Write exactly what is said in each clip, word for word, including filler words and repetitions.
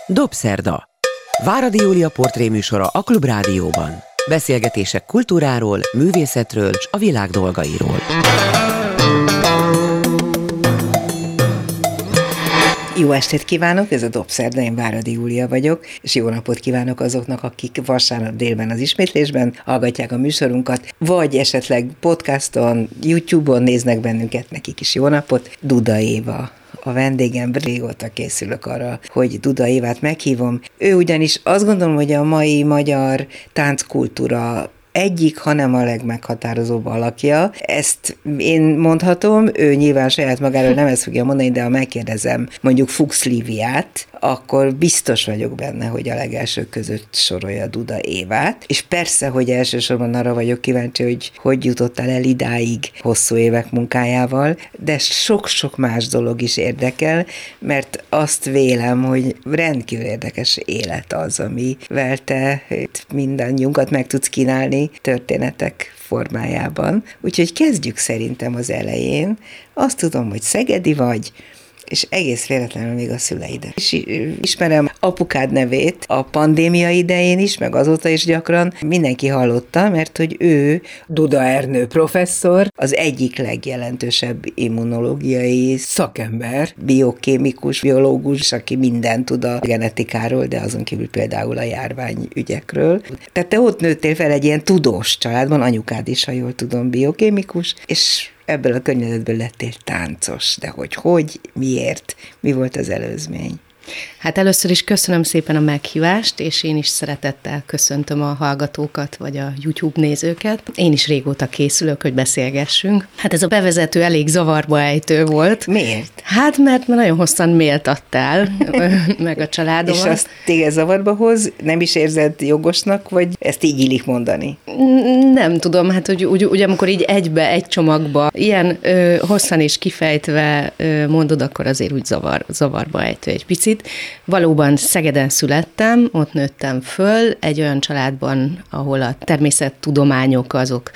Dobszerda. Váradi Júlia portréműsora a Klubrádióban. Beszélgetések kultúráról, művészetről és a világ dolgairól. Jó estét kívánok, ez a Dobszerda, én Váradi Júlia vagyok, és jó napot kívánok azoknak, akik vasárnap délben az ismétlésben hallgatják a műsorunkat, vagy esetleg podcaston, YouTube-on néznek bennünket, nekik is jó napot. Duda Éva a vendégem, régóta készülök arra, hogy Duda Évát meghívom. Ő ugyanis azt gondolom, hogy a mai magyar tánckultúra egyik, hanem a legmeghatározóbb alakja. Ezt én mondhatom, ő nyilván saját magáról nem ezt fogja mondani, de ha megkérdezem mondjuk Fuchs Líviát, akkor biztos vagyok benne, hogy a legelsők között sorolja Duda Évát. És persze, hogy elsősorban arra vagyok kíváncsi, hogy hogy jutottál el idáig hosszú évek munkájával, de sok-sok más dolog is érdekel, mert azt vélem, hogy rendkívül érdekes élet az, amivel te mindannyiunkat meg tudsz kínálni történetek formájában. Úgyhogy kezdjük szerintem az elején. Azt tudom, hogy szegedi vagy, és egész véletlenül még a szüleidet. És ismerem apukád nevét a pandémia idején is, meg azóta is gyakran mindenki hallotta, mert hogy ő, Duda Ernő professzor, az egyik legjelentősebb immunológiai szakember, biokémikus, biológus, aki mindent tud a genetikáról, de azon kívül például a járványügyekről. Tehát te ott nőttél fel egy ilyen tudós családban, anyukád is, ha jól tudom, biokémikus, és ebből a környezetből lettél táncos, de hogy hogy, miért, mi volt az előzmény? Hát először is köszönöm szépen a meghívást, és én is szeretettel köszöntöm a hallgatókat, vagy a YouTube nézőket. Én is régóta készülök, hogy beszélgessünk. Hát ez a bevezető elég zavarba ejtő volt. Miért? Hát mert nagyon hosszan méltattál, meg a családomat. És azt téged zavarba hoz, nem is érzed jogosnak, vagy ezt így illik mondani? Nem tudom, hát hogy úgy, úgy amikor így egybe, egy csomagba, ilyen ö, hosszan és kifejtve ö, mondod, akkor azért úgy zavar, zavarba ejtő egy picit. Valóban Szegeden születtem, ott nőttem föl, egy olyan családban, ahol a természettudományok azok,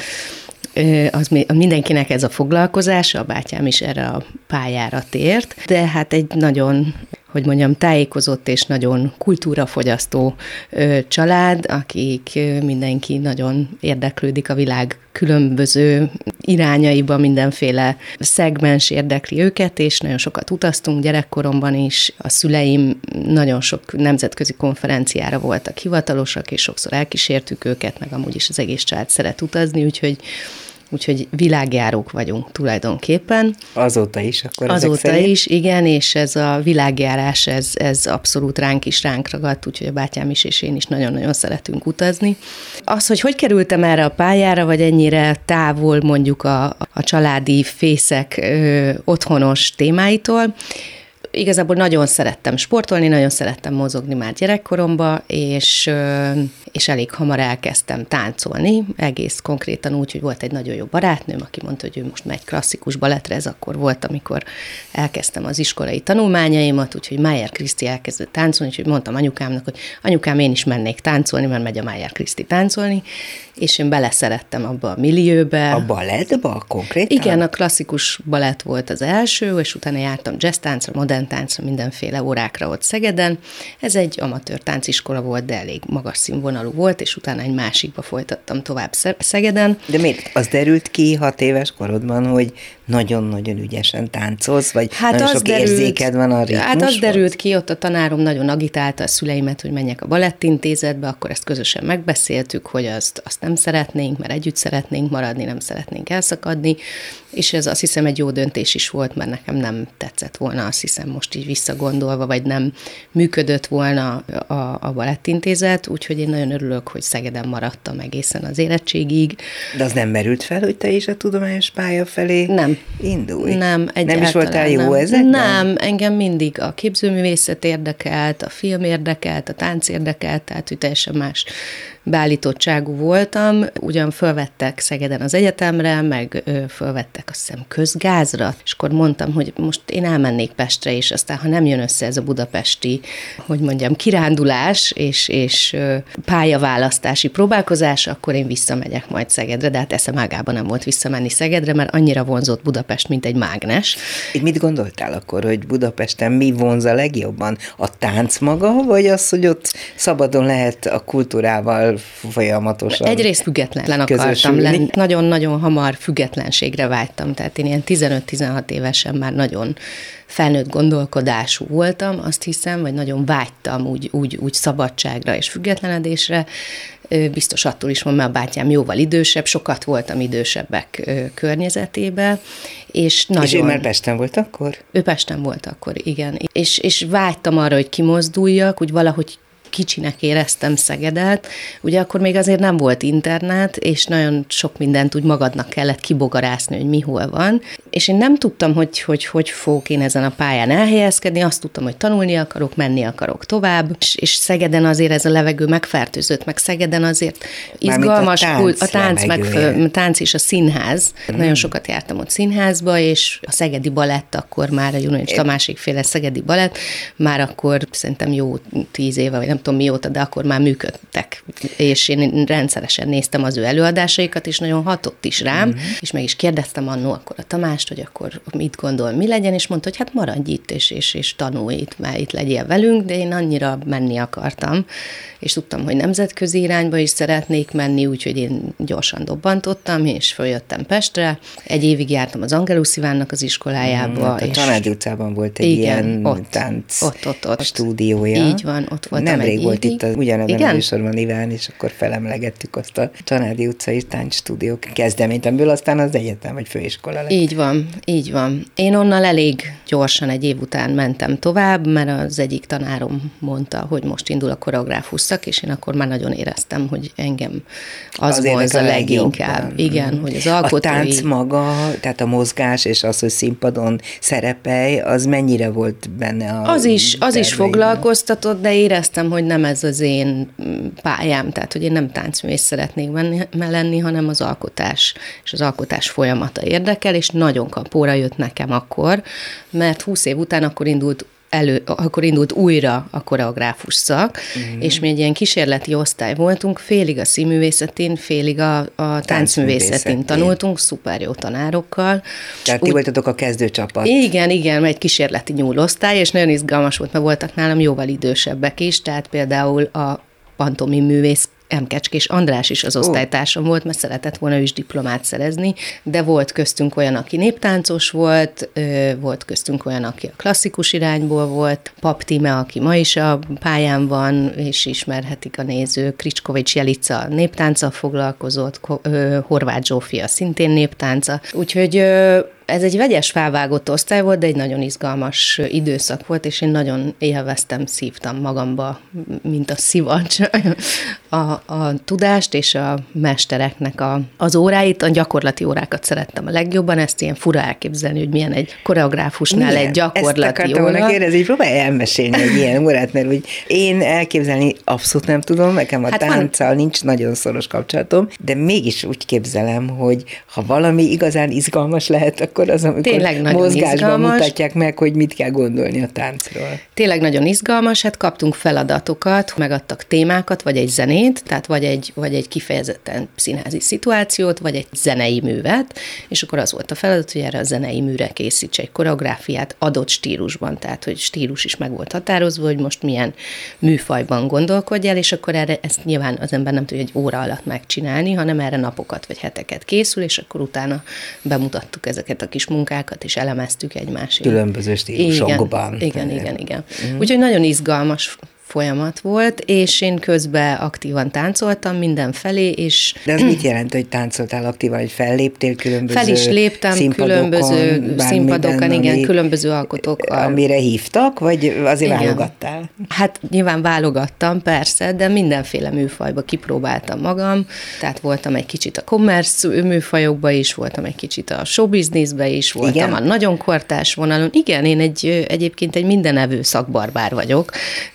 az mindenkinek ez a foglalkozása, a bátyám is erre a pályára tért, de hát egy nagyon, hogy mondjam, tájékozott és nagyon kultúrafogyasztó család, akik mindenki nagyon érdeklődik a világ különböző irányaiba, mindenféle szegmens érdekli őket, és nagyon sokat utaztunk gyerekkoromban is. A szüleim nagyon sok nemzetközi konferenciára voltak hivatalosak, és sokszor elkísértük őket, meg amúgy is az egész család szeret utazni, úgyhogy Úgyhogy világjárók vagyunk tulajdonképpen. Azóta is akkor Azóta is, igen, és ez a világjárás, ez, ez abszolút ránk is ránk ragadt, úgyhogy a bátyám is és én is nagyon-nagyon szeretünk utazni. Az, hogy hogy kerültem erre a pályára, vagy ennyire távol mondjuk a, a családi fészek ö, otthonos témáitól, igazából nagyon szerettem sportolni, nagyon szerettem mozogni már gyerekkoromban, és, és elég hamar elkezdtem táncolni, egész konkrétan úgy, hogy volt egy nagyon jó barátnőm, aki mondta, hogy ő most megy klasszikus balettre, ez akkor volt, amikor elkezdtem az iskolai tanulmányaimat, úgyhogy Májer Kriszti elkezdett táncolni, úgyhogy mondtam anyukámnak, hogy anyukám, én is mennék táncolni, mert megy a Májer Kriszti táncolni, és én beleszerettem abba a millióbe. A balettba konkrétan? Igen, a klasszikus balett volt az első, és utána jártam jazztáncra, modern táncra, mindenféle órákra ott Szegeden. Ez egy amatőr tánciskola volt, de elég magas színvonalú volt, és utána egy másikba folytattam tovább Szegeden. De miért? Az derült ki hat éves korodban, hogy nagyon-nagyon ügyesen táncolsz, vagy hát nagyon sok derült, érzéked van a ritmushoz? Hát az derült ki, ott a tanárom nagyon agitálta a szüleimet, hogy menjek a balettintézetbe, akkor ezt közösen megbeszéltük, hogy azt, azt nem szeretnénk, mert együtt szeretnénk maradni, nem szeretnénk elszakadni, és ez azt hiszem egy jó döntés is volt, mert nekem nem tetszett volna, azt hiszem most így visszagondolva, vagy nem működött volna a, a balettintézet, úgyhogy én nagyon örülök, hogy Szegeden maradtam egészen az érettségig. De az nem merült fel, hogy te is a tudományos pálya felé nem. indulj? Nem, Nem is voltál jó nem. ezekben? Nem, engem mindig a képzőművészet érdekelt, a film érdekelt, a tánc érdekelt, tehát hogy teljesen más beállítottságú voltam, ugyan fölvettek Szegeden az egyetemre, meg fölvettek azt hiszem közgázra, és akkor mondtam, hogy most én elmennék Pestre, és aztán ha nem jön össze ez a budapesti, hogy mondjam, kirándulás és, és pályaválasztási próbálkozás, akkor én visszamegyek majd Szegedre, de hát eszem ágában nem volt visszamenni Szegedre, mert annyira vonzott Budapest, mint egy mágnes. Itt mit gondoltál akkor, hogy Budapesten mi vonz a legjobban? A tánc maga, vagy az, hogy ott szabadon lehet a kultúrával folyamatosan egyrészt független akartam lenni. Nagyon-nagyon hamar függetlenségre vágytam, tehát én ilyen tizenöt-tizenhat évesen már nagyon felnőtt gondolkodású voltam, azt hiszem, vagy nagyon vágytam úgy, úgy, úgy szabadságra és függetlenedésre. Biztos attól is van, mert a bátyám jóval idősebb, sokat voltam idősebbek környezetében, és nagyon... És ő már Pesten volt akkor? Ő Pesten volt akkor, igen. És, és vágytam arra, hogy kimozduljak, úgy valahogy kicsinek éreztem Szegedet, ugye akkor még azért nem volt internet, és nagyon sok mindent úgy magadnak kellett kibogarászni, hogy mi hol van, és én nem tudtam, hogy hogy, hogy fogok én ezen a pályán elhelyezkedni, azt tudtam, hogy tanulni akarok, menni akarok tovább, és, és Szegeden azért ez a levegő megfertőzött, meg Szegeden azért izgalmas, a tánc, a tánc, meg a tánc és a színház. Hmm. Nagyon sokat jártam ott színházba, és a szegedi balett akkor már, a Junonics Tamásékféle szegedi balett, már akkor szerintem jó tíz éve, vagy nem tudom mióta, de akkor már működtek, és én rendszeresen néztem az ő előadásaikat, és nagyon hatott is rám, mm-hmm. és meg is kérdeztem annó akkor a Tamást, hogy akkor mit gondol, mi legyen, és mondta, hogy hát maradj itt, és, és, és tanulj itt, mert itt legyél velünk, de én annyira menni akartam, és tudtam, hogy nemzetközi irányba is szeretnék menni, úgyhogy én gyorsan dobbantottam, és följöttem Pestre. Egy évig jártam az Angelus Ivánnak az iskolájába. Mm, és a Csanádi utcában volt egy igen, ilyen ott, tánc ott, ott, ott. stúdiója. Így van, ott voltam Nemrég egy volt évig. itt ugyanebben a műsorban Iván, és akkor felemlegettük azt a Csanádi utcai táncstúdiók kezdeményt, amiből aztán az egyetem vagy főiskola lett. Így van, így van. Én onnan elég gyorsan egy év után mentem tovább, mert az egyik tanárom mondta, hogy most indul a koreográfus szak, és én akkor már nagyon éreztem, hogy engem az vonz a leginkább. Igen, mm. hogy az alkotói... A tánc maga, tehát a mozgás, és az, hogy színpadon szerepelj, az mennyire volt benne a... Az is, az is foglalkoztatott, de éreztem, hogy nem ez az én pályám, tehát hogy én nem táncművész szeretnék lenni, hanem az alkotás, és az alkotás folyamata érdekel, és nagyon kapóra jött nekem akkor, mert húsz év után akkor indult elő, akkor indult újra a koreográfus szak, mm. és mi egy ilyen kísérleti osztály voltunk, félig a színművészetén, félig a, a táncművészetén tanultunk, szuper jó tanárokkal. Tehát ti voltatok a kezdőcsapat. Igen, igen, egy kísérleti nyúlosztály, és nagyon izgalmas volt, mert voltak nálam jóval idősebbek is, tehát például a pantomim művész Emkecskés András is az osztálytársam volt, mert szeretett volna ő is diplomát szerezni, de volt köztünk olyan, aki néptáncos volt, volt köztünk olyan, aki a klasszikus irányból volt, Pap Tíme, aki ma is a pályán van, és ismerhetik a nézők, Kricskovics Jelica néptánccal foglalkozott, Horváth Zsófia szintén néptánca, úgyhogy ez egy vegyes felvágott osztály volt, de egy nagyon izgalmas időszak volt, és én nagyon élveztem, szívtam magamba, mint a szivacs, a, a tudást és a mestereknek a, az óráit, a gyakorlati órákat szerettem a legjobban, ezt ilyen fura elképzelni, hogy milyen egy koreográfusnál milyen? Egy gyakorlati ezt akartam óra. Ezt kérdezni, hogy próbálj elmesélni egy ilyen órát, mert úgy én elképzelni abszolút nem tudom, nekem a hát tánccal van. Nincs nagyon szoros kapcsolatom, de mégis úgy képzelem, hogy ha valami igazán izgalmas lehet, akkor az, amikor tényleg mozgásban izgalmas. Mutatják meg, hogy mit kell gondolni a táncról. Tényleg nagyon izgalmas, hát kaptunk feladatokat, megadtak témákat, vagy egy zenét, tehát vagy egy, vagy egy kifejezetten színházi szituációt, vagy egy zenei művet, és akkor az volt a feladat, hogy erre a zenei műre készíts egy koreográfiát adott stílusban, tehát hogy stílus is meg volt határozva, hogy most milyen műfajban gondolkodjál, és akkor erre ezt nyilván az ember nem tudja egy óra alatt megcsinálni, hanem erre napokat vagy heteket készül, és akkor utána bemutattuk ezeket a kis munkákat, és elemeztük egymásért. Különböző stílusokban. Igen, igen, igen. igen. Mm. Úgyhogy nagyon izgalmas folyamat volt, és én közben aktívan táncoltam mindenfelé, és... De az mit jelent, hogy táncoltál aktívan, hogy felléptél különböző Fel is léptem különböző színpadokon, igen, ami, különböző alkotókkal. Amire hívtak, vagy azért igen. válogattál? Hát nyilván válogattam, persze, de mindenféle műfajba kipróbáltam magam, tehát voltam egy kicsit a commerce műfajokba is, voltam egy kicsit a showbizniszbe is, voltam igen? a nagyon kortárs vonalon. Igen, én egy, egyébként egy mindenevő szakbarbár vagyok, hm. tehát, hogy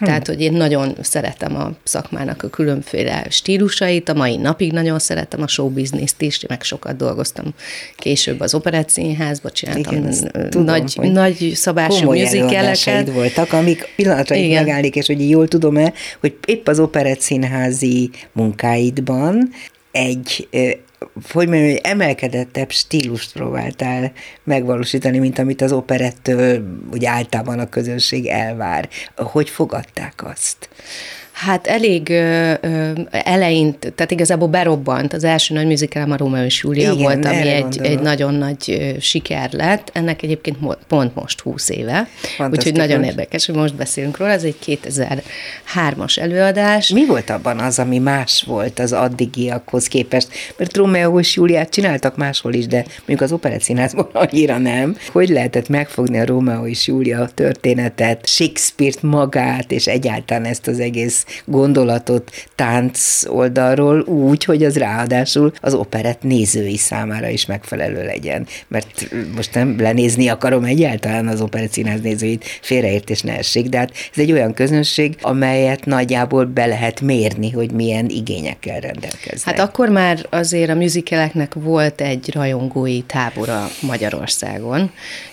én nagyon szeretem a szakmának a különféle stílusait, a mai napig nagyon szeretem a showbizniszt is, meg sokat dolgoztam később az Operett Színházba, csináltam igen, tudom, nagy, nagy szabású musicaleket. voltak, amik pillanatra így megállnék, és hogy jól tudom-e, hogy épp az Operett Színházi munkáidban egy hogy mondjam, hogy emelkedettebb stílust próbáltál megvalósítani, mint amit az operettől úgy általában a közönség elvár. Hogy fogadták azt? Hát elég ö, ö, eleint, tehát igazából berobbant. Az első nagy musicalem a Rómeó és Júlia igen, volt, ami egy, egy nagyon nagy ö, siker lett. Ennek egyébként mo- pont most húsz éve. Úgyhogy nagyon érdekes, hogy most beszélünk róla. Ez egy kétezer-hármas előadás. Mi volt abban az, ami más volt az addigiakhoz képest? Mert Rómeó és Júliát csináltak máshol is, de mondjuk az Operett Színházban annyira nem. Hogy lehetett megfogni a Rómeó és Júlia történetet, Shakespeare-t magát, és egyáltalán ezt az egész gondolatot tánc oldalról úgy, hogy az ráadásul az operett nézői számára is megfelelő legyen. Mert most nem lenézni akarom egyáltalán az Operett Színház nézőit, félreértés ne essék, de hát ez egy olyan közönség, amelyet nagyjából be lehet mérni, hogy milyen igényekkel rendelkeznek. Hát akkor már azért a musicaleknek volt egy rajongói tábora Magyarországon,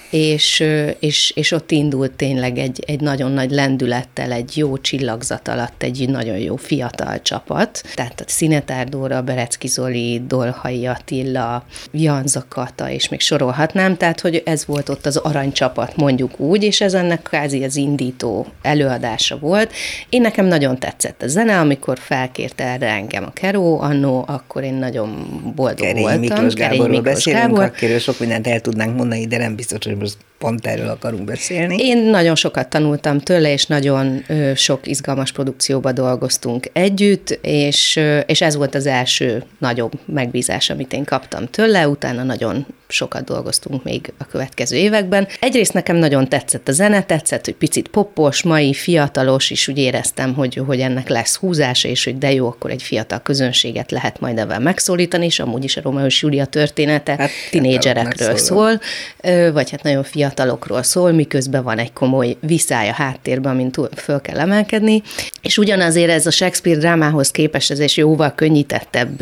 és, és, és ott indult tényleg egy, egy nagyon nagy lendülettel, egy jó csillagzat alatt egy nagyon jó fiatal csapat. Tehát a Szinetár Dóra, Berecki Zoli, Dolhai Attila, Janza Kata, és még sorolhatnám, tehát hogy ez volt ott az aranycsapat, mondjuk úgy, és ez ennek kvázi az indító előadása volt. Én nekem nagyon tetszett a zene, amikor felkért erre engem a Keró annó, akkor én nagyon boldog Kerény voltam. Miklós Gáborról Kerény Miklós beszélünk, Gábor. akiről sok mindent el tudnánk mondani, de nem biztos, hogy most pont erről akarunk beszélni. Én nagyon sokat tanultam tőle, és nagyon ö, sok izgalmas produkcióba dolgoztunk együtt, és, ö, és ez volt az első nagyobb megbízás, amit én kaptam tőle, utána nagyon sokat dolgoztunk még a következő években. Egyrészt nekem nagyon tetszett a zene, tetszett, hogy picit poppos, mai, fiatalos, és úgy éreztem, hogy, hogy ennek lesz húzása, és hogy de jó, akkor egy fiatal közönséget lehet majd ebben megszólítani, és amúgy is a Rómeó és Júlia története hát, tinédzserekről szól, vagy hát nagyon fiatalokról szól, miközben van egy komoly viszály a háttérben, amin túl föl kell emelkedni, és ugyanazért ez a Shakespeare drámához képest ez egy jóval könnyítettebb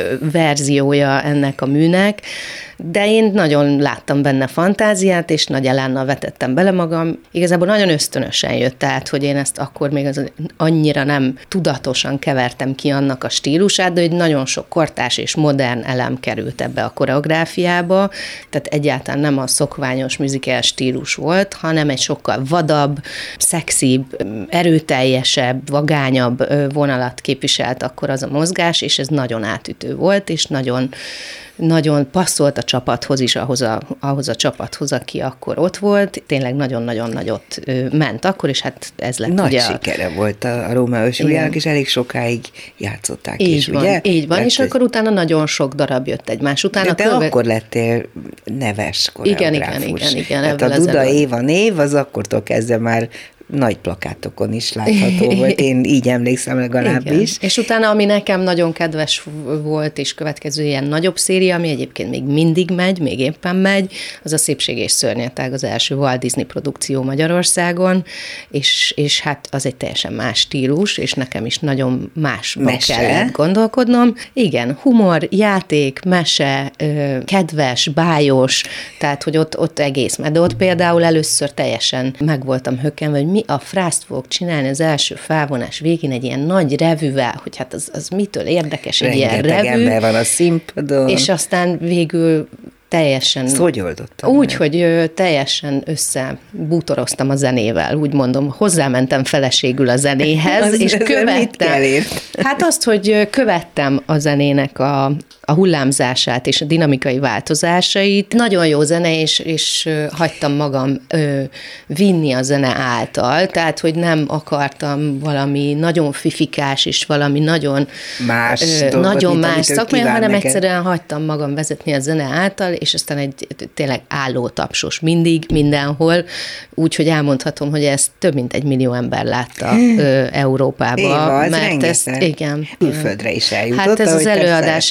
verziója ennek a műnek, de én nagyon láttam benne fantáziát, és nagy elánnal vetettem bele magam. Igazából nagyon ösztönösen jött, tehát, hogy én ezt akkor még az annyira nem tudatosan kevertem ki annak a stílusát, de hogy nagyon sok kortárs és modern elem került ebbe a koreográfiába, tehát egyáltalán nem a szokványos musical stílus volt, hanem egy sokkal vadabb, szexibb, erőteljesebb, vagányabb vonalat képviselt akkor az a mozgás, és ez nagyon átütő volt, és nagyon nagyon passzolt a csapathoz is, ahhoz a, ahhoz a csapathoz, aki akkor ott volt. Tényleg nagyon-nagyon nagyot ment akkor, és hát ez lett nagy ugye... Nagy sikere volt a, a Rómeó és Júliának, és elég sokáig játszották így is, van, ugye? Így van, Lett és akkor utána nagyon sok darab jött egymás után. De te követ... akkor lettél neves koreográfus. Igen, igen, igen. igen hát a Duda Éva név, az akkortól kezdve már nagy plakátokon is látható volt, én így emlékszem legalábbis. Igen. És utána, ami nekem nagyon kedves volt, és következő ilyen nagyobb széria, ami egyébként még mindig megy, még éppen megy, az a Szépség és szörnyetág, az első Walt Disney produkció Magyarországon, és, és hát az egy teljesen más stílus, és nekem is nagyon másban kellett gondolkodnom. Igen, humor, játék, mese, kedves, bájos, tehát, hogy ott, ott egész, de ott például először teljesen meg voltam hökkenve, hogy mi a frászt fogok csinálni az első felvonás végén egy ilyen nagy revűvel, hogy hát az, az mitől érdekes egy rengeteg ilyen revű. Ember van a színpadon. És aztán végül teljesen... Ezt hogy oldottam? Úgy, meg? Hogy ö, teljesen összebútoroztam a zenével, úgy mondom, hozzámentem feleségül a zenéhez, az, és követtem. Hát azt, hogy követtem a zenének a, a hullámzását és a dinamikai változásait. Nagyon jó zene, és, és hagytam magam ö, vinni a zene által, tehát, hogy nem akartam valami nagyon fifikás, és valami nagyon más, ö, dolgot, nagyon más szakmai, hanem neked. Egyszerűen hagytam magam vezetni a zene által, és aztán egy tényleg álló tapsos mindig, mindenhol, úgyhogy elmondhatom, hogy ezt több mint egy millió ember látta ö, Európába. Éva, mert ezt, igen. Külföldre is eljutott. Hát ez az előadás, ez több mint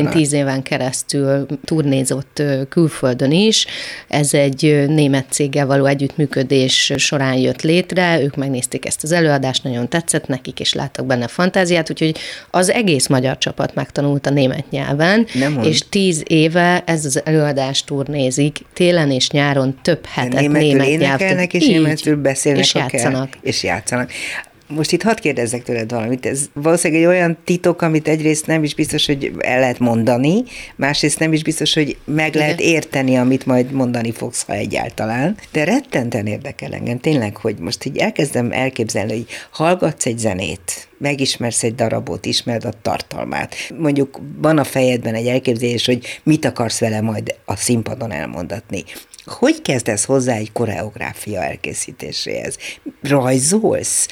mint tíz éven keresztül turnézott külföldön is. Ez egy német céggel való együttműködés során jött létre, ők megnézték ezt az előadást, nagyon tetszett nekik, és láttak benne fantáziát, úgyhogy az egész magyar csapat megtanult a német nyelven, és tíz éve ez az előadás turnézik, télen és nyáron több hetet német nyelven. Énekelnek, és németül beszélnek, és játszanak. Kell, és játszanak. Most itt hadd kérdezzek tőled valamit. Ez valószínűleg egy olyan titok, amit egyrészt nem is biztos, hogy el lehet mondani, másrészt nem is biztos, hogy meg Igen. lehet érteni, amit majd mondani fogsz, ha egyáltalán. De rettenten érdekel engem tényleg, hogy most így elkezdem elképzelni, hogy hallgatsz egy zenét, megismersz egy darabot, ismered a tartalmát. Mondjuk van a fejedben egy elképzelés, hogy mit akarsz vele majd a színpadon elmondatni. Hogy kezdesz hozzá egy koreográfia elkészítéséhez? Rajzolsz?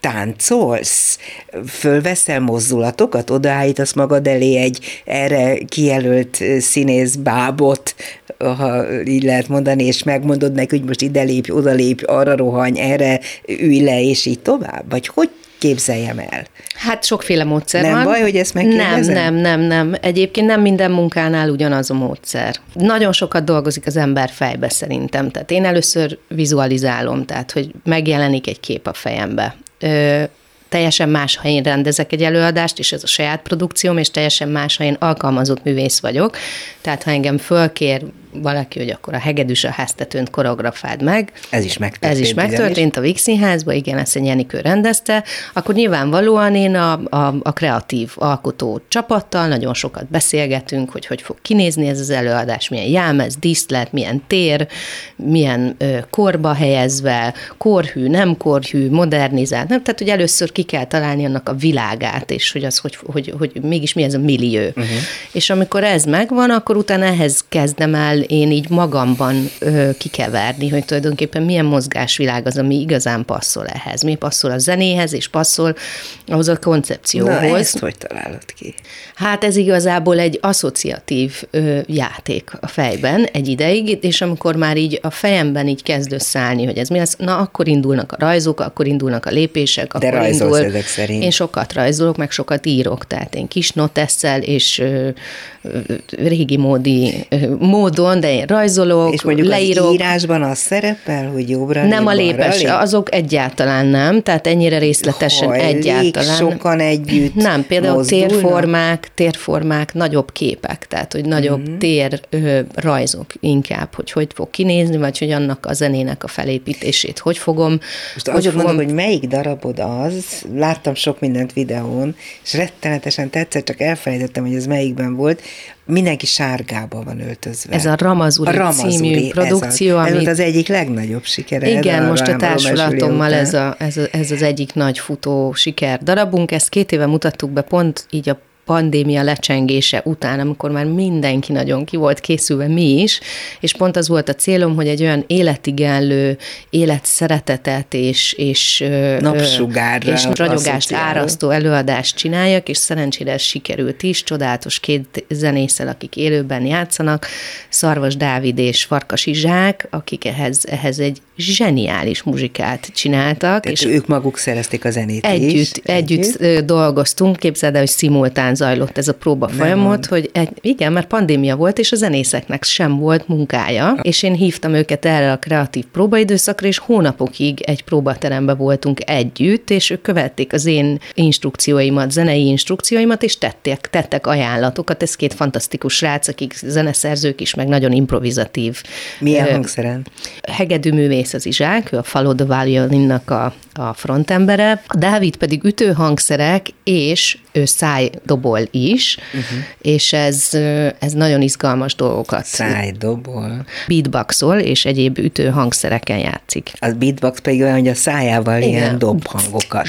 Táncolsz? Fölveszel mozdulatokat? Odaállítasz magad elé egy erre kijelölt színész bábot, ha így lehet mondani, és megmondod neki, hogy most ide lépj, oda lépj, arra rohanj, erre ülj le, és így tovább? Vagy hogy képzeljem el? Hát sokféle módszer nem van. Nem baj, hogy ezt megkérdezem? Nem, nem, nem, nem. Egyébként nem minden munkánál ugyanaz a módszer. Nagyon sokat dolgozik az ember fejbe szerintem. Tehát én először vizualizálom, tehát hogy megjelenik egy kép a fejembe. Ö, teljesen más, ha én rendezek egy előadást, és ez a saját produkcióm, és teljesen más, ha én alkalmazott művész vagyok. Tehát ha engem fölkér valaki, hogy akkor a Hegedűs a háztetőn koreografáld meg. Ez is megtörtént. Ez is megtörtént a Víg Színházban, igen, ezt egy Jenikő rendezte. Akkor nyilvánvalóan én a, a, a kreatív alkotó csapattal nagyon sokat beszélgetünk, hogy hogy fog kinézni ez az előadás, milyen jelmez, díszlet, milyen tér, milyen ö, korba helyezve, korhű, nem korhű, modernizált. Nem? Tehát, hogy először ki kell találni annak a világát, és hogy az, hogy, hogy, hogy mégis mi ez a millió. Uh-huh. És amikor ez megvan, akkor utána ehhez kezdem el én így magamban ö, kikeverni, hogy tulajdonképpen milyen mozgásvilág az, ami igazán passzol ehhez. Mi passzol a zenéhez, és passzol ahhoz a koncepcióhoz. Na, ezt hogy találod ki? Hát ez igazából egy asszociatív ö, játék a fejben egy ideig, és amikor már így a fejemben így kezd összeállni, hogy ez mi lesz, na akkor indulnak a rajzok, akkor indulnak a lépések, De akkor rajzolsz indul. ezek szerint. Én sokat rajzolok, meg sokat írok, tehát én kis notesszel és ö, ö, régi módi ö, módon, de én rajzolok, és mondjuk leírok. az írásban az szerepel, hogy jobbra Nem a lép, lépes, lép? azok egyáltalán nem, tehát ennyire részletesen Hajlik, egyáltalán. sokan együtt Nem, például mozdulnak? térformák, térformák, nagyobb képek, tehát hogy nagyobb uh-huh. tér ö, rajzok inkább, hogy hogy fog kinézni, vagy hogy annak a zenének a felépítését hogy fogom. Most hogy azok fogom... mondom, hogy melyik darabod az, láttam sok mindent videón, és rettenetesen tetszett, csak elfelejtettem, hogy ez melyikben volt, mindenki sárgában van öltözve. Ez a Ramazuri, a Ramazuri című produkció. Ez, amit... ez az egyik legnagyobb sikere. Igen, a most a társulatommal ez, a, ez, a, ez az egyik nagy futó siker darabunk. Ezt két éve mutattuk be pont így a pandémia lecsengése után, amikor már mindenki nagyon ki volt készülve, mi is, és pont az volt a célom, hogy egy olyan életigenlő, életszeretetet és, és napsugárra és ragyogást árasztó előadást csináljak, és szerencsére ez sikerült is, csodálatos két zenészel, akik élőben játszanak, Szarvas Dávid és Farkas Izsák, akik ehhez, ehhez egy zseniális muzsikát csináltak. Tehát és ők maguk szerezték a zenét együtt, is. Együtt, együtt dolgoztunk, képzeld el, hogy szimultán zajlott ez a próba folyamat, hogy egy, igen, mert pandémia volt, és a zenészeknek sem volt munkája, és én hívtam őket erre a kreatív próbaidőszakra, és hónapokig egy próbateremben voltunk együtt, és ők követték az én instrukcióimat, zenei instrukcióimat, és tettek, tettek ajánlatokat. Ez két fantasztikus srác, akik zeneszerzők is, meg nagyon improvizatív. Milyen uh, hangszeren? Hegedűművész az Izsák, ő a Follow the Violinnak a, a frontembere, a Dávid pedig ütőhangszerek, és ő szájdobol is, uh-huh. és ez, ez nagyon izgalmas dolgokat. Szájdobol. Beatboxol, és egyéb ütőhangszereken játszik. A beatbox pedig olyan, hogy a szájával igen. ilyen dobhangokat.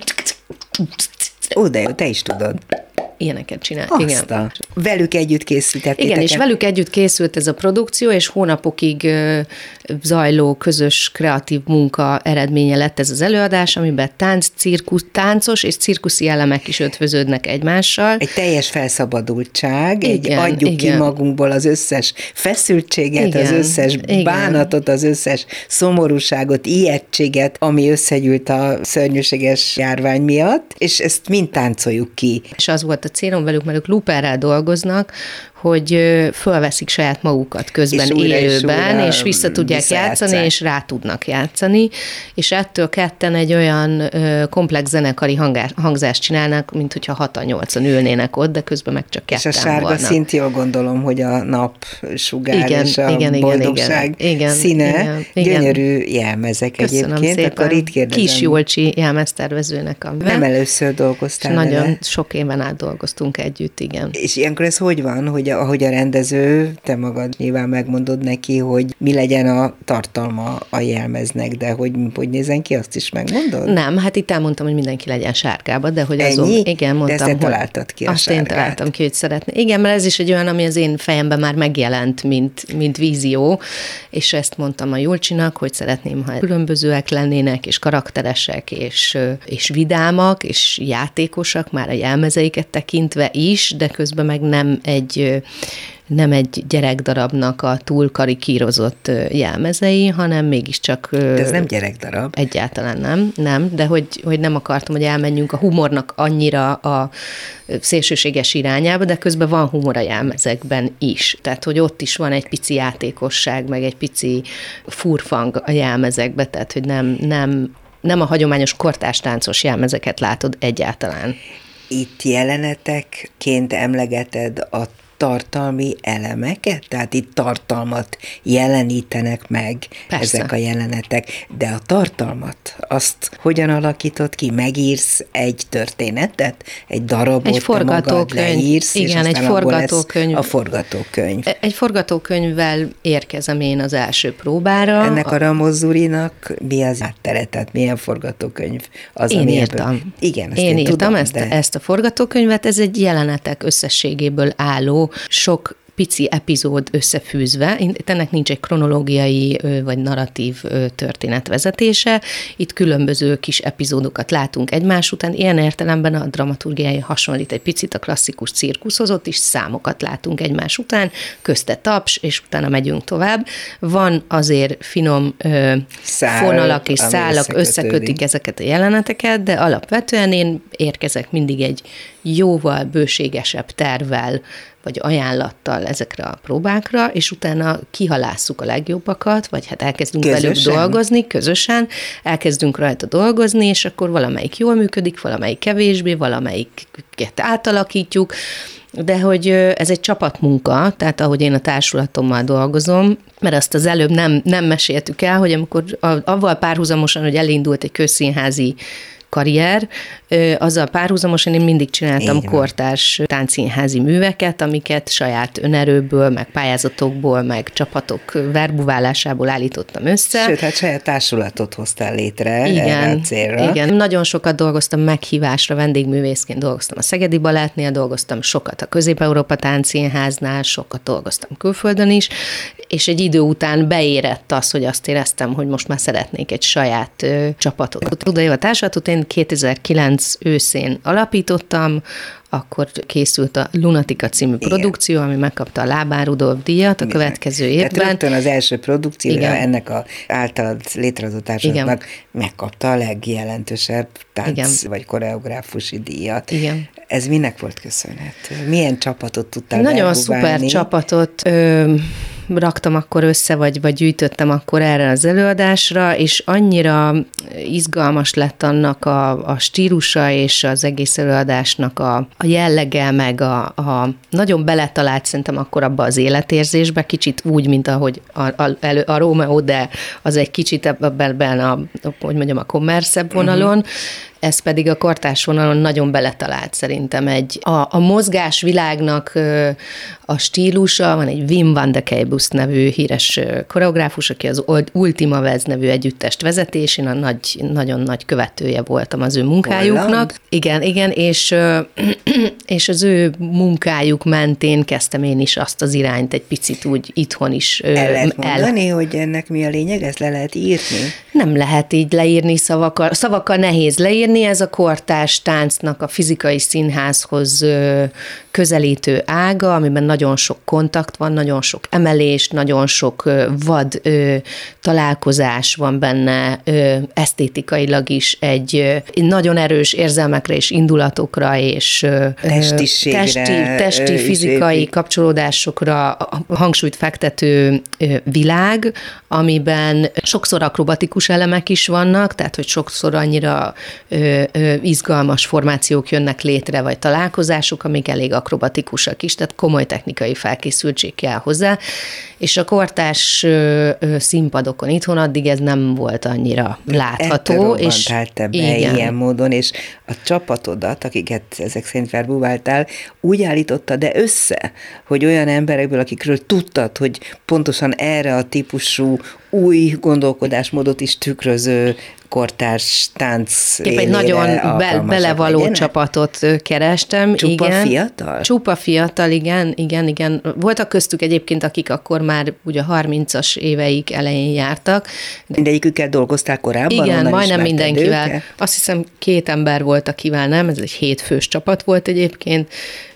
Ó, de jó, te is tudod. Ilyeneket csinál. Azt Igen. A. Velük együtt készítettétek. Igen, és velük együtt készült ez a produkció, és hónapokig ö, zajló közös kreatív munka eredménye lett ez az előadás, amiben tánc, cirkusz, táncos és cirkuszi elemek is ötvöződnek egymással. Egy teljes felszabadultság, igen, egy adjuk igen. ki magunkból az összes feszültséget, igen, az összes igen. bánatot, az összes szomorúságot, ijegységet, ami összegyűlt a szörnyűséges járvány miatt, és ezt mind táncoljuk ki. És az volt a célom velük, mert ők looperrel dolgoznak, hogy fölveszik saját magukat közben és élőben, és, és vissza tudják játszani, és rá tudnak játszani, és ettől ketten egy olyan komplex zenekari hangás, hangzást csinálnak, mint hogyha hatan-nyolcan ülnének ott, de közben meg csak ketten és a sárga vannak. szint, jól gondolom, hogy a napsugár igen, és a igen, boldogság igen, színe, igen, igen, gyönyörű jelmezek Köszönöm egyébként. szépen. Akkor itt kérdezem. Kis Jolcsi jelmeztervezőnek a Nem először dolgoztál Nagyon vele. sok éven át dolgoztunk együtt, igen. És ilyenkor ez hogy van, hogy ahogy a rendező, te magad nyilván megmondod neki, hogy mi legyen a tartalma a jelmeznek, de hogy hogy nézen ki, azt is megmondod? Nem, hát itt elmondtam, hogy mindenki legyen sárgába, de hogy azon, Ennyi? igen, mondtam, de ezt hogy találtad ki a azt sárgát. én találtam ki, hogy szeretné. Igen, mert ez is egy olyan, ami az én fejemben már megjelent, mint, mint vízió, és ezt mondtam a Jolcsinak, hogy szeretném, ha különbözőek lennének, és karakteresek, és, és vidámak, és játékosak, már a jelmezeiket tekintve is, de közben meg nem egy nem egy gyerekdarabnak a túl karikírozott jelmezei, hanem mégiscsak... De ez nem gyerekdarab. Egyáltalán nem, nem, de hogy, hogy nem akartam, hogy elmenjünk a humornak annyira a szélsőséges irányába, de közben van humor a jelmezekben is. Tehát, hogy ott is van egy pici játékosság, meg egy pici furfang a jelmezekbe, tehát, hogy nem, nem, nem a hagyományos kortárstáncos jelmezeket látod egyáltalán. Itt jelenetekként emlegeted a tartalmi elemeket? Tehát itt tartalmat jelenítenek meg Persze. ezek a jelenetek, de a tartalmat, azt hogyan alakítod ki? Megírsz egy történetet, egy darabot, egy forgatókönyv, leírsz, igen, egy forgatókönyv. A forgatókönyv. Egy forgatókönyvvel érkezem én az első próbára. Ennek a Ramos-Zurinak mi az áttere, tehát milyen forgatókönyv az, én ami írtam. Ebből... Igen, ezt én, én írtam tudom, ezt, de... ezt a forgatókönyvet, ez egy jelenetek összességéből álló, sok pici epizód összefűzve. Ennek nincs egy kronológiai vagy narratív történetvezetése. Itt különböző kis epizódokat látunk egymás után. Ilyen értelemben a dramaturgiai hasonlít egy picit a klasszikus cirkuszhoz, ott is számokat látunk egymás után, közte taps, és utána megyünk tovább. Van azért finom ö, Szál, fonalak és szálak, összekötik ezeket a jeleneteket, de alapvetően én érkezek mindig egy jóval bőségesebb tervvel, vagy ajánlattal ezekre a próbákra, és utána kihalásszuk a legjobbakat, vagy hát elkezdünk közösen. velük dolgozni, közösen, elkezdünk rajta dolgozni, és akkor valamelyik jól működik, valamelyik kevésbé, valamelyiket átalakítjuk, de hogy ez egy csapatmunka, tehát ahogy én a társulatommal dolgozom, mert azt az előbb nem, nem meséltük el, hogy amikor avval párhuzamosan, hogy elindult egy közszínházi karrier, azzal párhuzamosan én mindig csináltam Igen. kortárs táncszínházi műveket, amiket saját önerőből, meg pályázatokból, meg csapatok verbuválásából állítottam össze. Sőt, hát saját társulatot hoztál létre Igen, erre a célra. Igen, nagyon sokat dolgoztam meghívásra, vendégművészként dolgoztam a Szegedi Balettnél, dolgoztam sokat a Közép-Európa Táncszínháznál, sokat dolgoztam külföldön is, és egy idő után beérett az, hogy azt éreztem, hogy most már szeretnék egy saját ö, csapatot. Tudod, a társulatot én kétezer-kilenc őszén alapítottam, akkor készült a Lunatika című Igen. produkció, ami megkapta a Lábán Rudolf díjat a következő évben. Tehát rögtön az első produkciója ennek a általad létrehozott társadalomnak megkapta a legjelentősebb tánc Igen. vagy koreográfusi díjat. Igen. Ez minek volt köszönhető? Milyen csapatot tudtál Nagyon szuper csapatot ö, raktam akkor össze, vagy, vagy gyűjtöttem akkor erre az előadásra, és annyira izgalmas lett annak a, a stílusa és az egész előadásnak a, a jellege, meg a, a nagyon beletalált szerintem akkor abba az életérzésbe, kicsit úgy, mint ahogy a, a, a Rómeó, de az egy kicsit ebben a, hogy mondjam, a kommerszebb vonalon, uh-huh. Ez pedig a kortárs vonalon nagyon beletalált szerintem egy, a, a mozgásvilágnak a stílusa, van egy Wim van de Keibus nevű híres koreográfus, aki az Ultima Vez nevű együttest vezetés, én a nagy, nagyon nagy követője voltam az ő munkájuknak. Holland. Igen, igen, és, és az ő munkájuk mentén kezdtem én is azt az irányt egy picit úgy itthon is. El lehet mondani, el... hogy ennek mi a lényeg? Ezt le lehet írni? Nem lehet így leírni szavakkal. Szavakkal nehéz leírni, elérni, ez a kortárs táncnak a fizikai színházhoz közelítő ága, amiben nagyon sok kontakt van, nagyon sok emelés, nagyon sok vad találkozás van benne, esztétikailag is egy nagyon erős érzelmekre és indulatokra és testiségre, testi, testi fizikai és kapcsolódásokra hangsúlyt fektető világ, amiben sokszor akrobatikus elemek is vannak, tehát hogy sokszor annyira ö, ö, izgalmas formációk jönnek létre, vagy találkozások, amik elég akrobatikusak is, tehát komoly technikai felkészültség kell hozzá, és a kortárs ö, ö, színpadokon itthon addig ez nem volt annyira látható. És te be ilyen módon, és a csapatodat, akiket ezek szerint verbúváltál, úgy állította de össze, hogy olyan emberekből, akikről tudtad, hogy pontosan erre a típusú új gondolkodásmódot is tükröző kortárs tánc Épp egy nagyon be, belevaló legyenek? Csapatot kerestem. Csupa igen. fiatal? Csupa fiatal, igen, igen, igen. Voltak köztük egyébként, akik akkor már ugye harmincas éveik elején jártak. Mindegyikükkel dolgoztál korábban? Igen, majdnem mindenkivel. Őket? Azt hiszem két ember volt, akivel nem, ez egy hétfős csapat volt egyébként.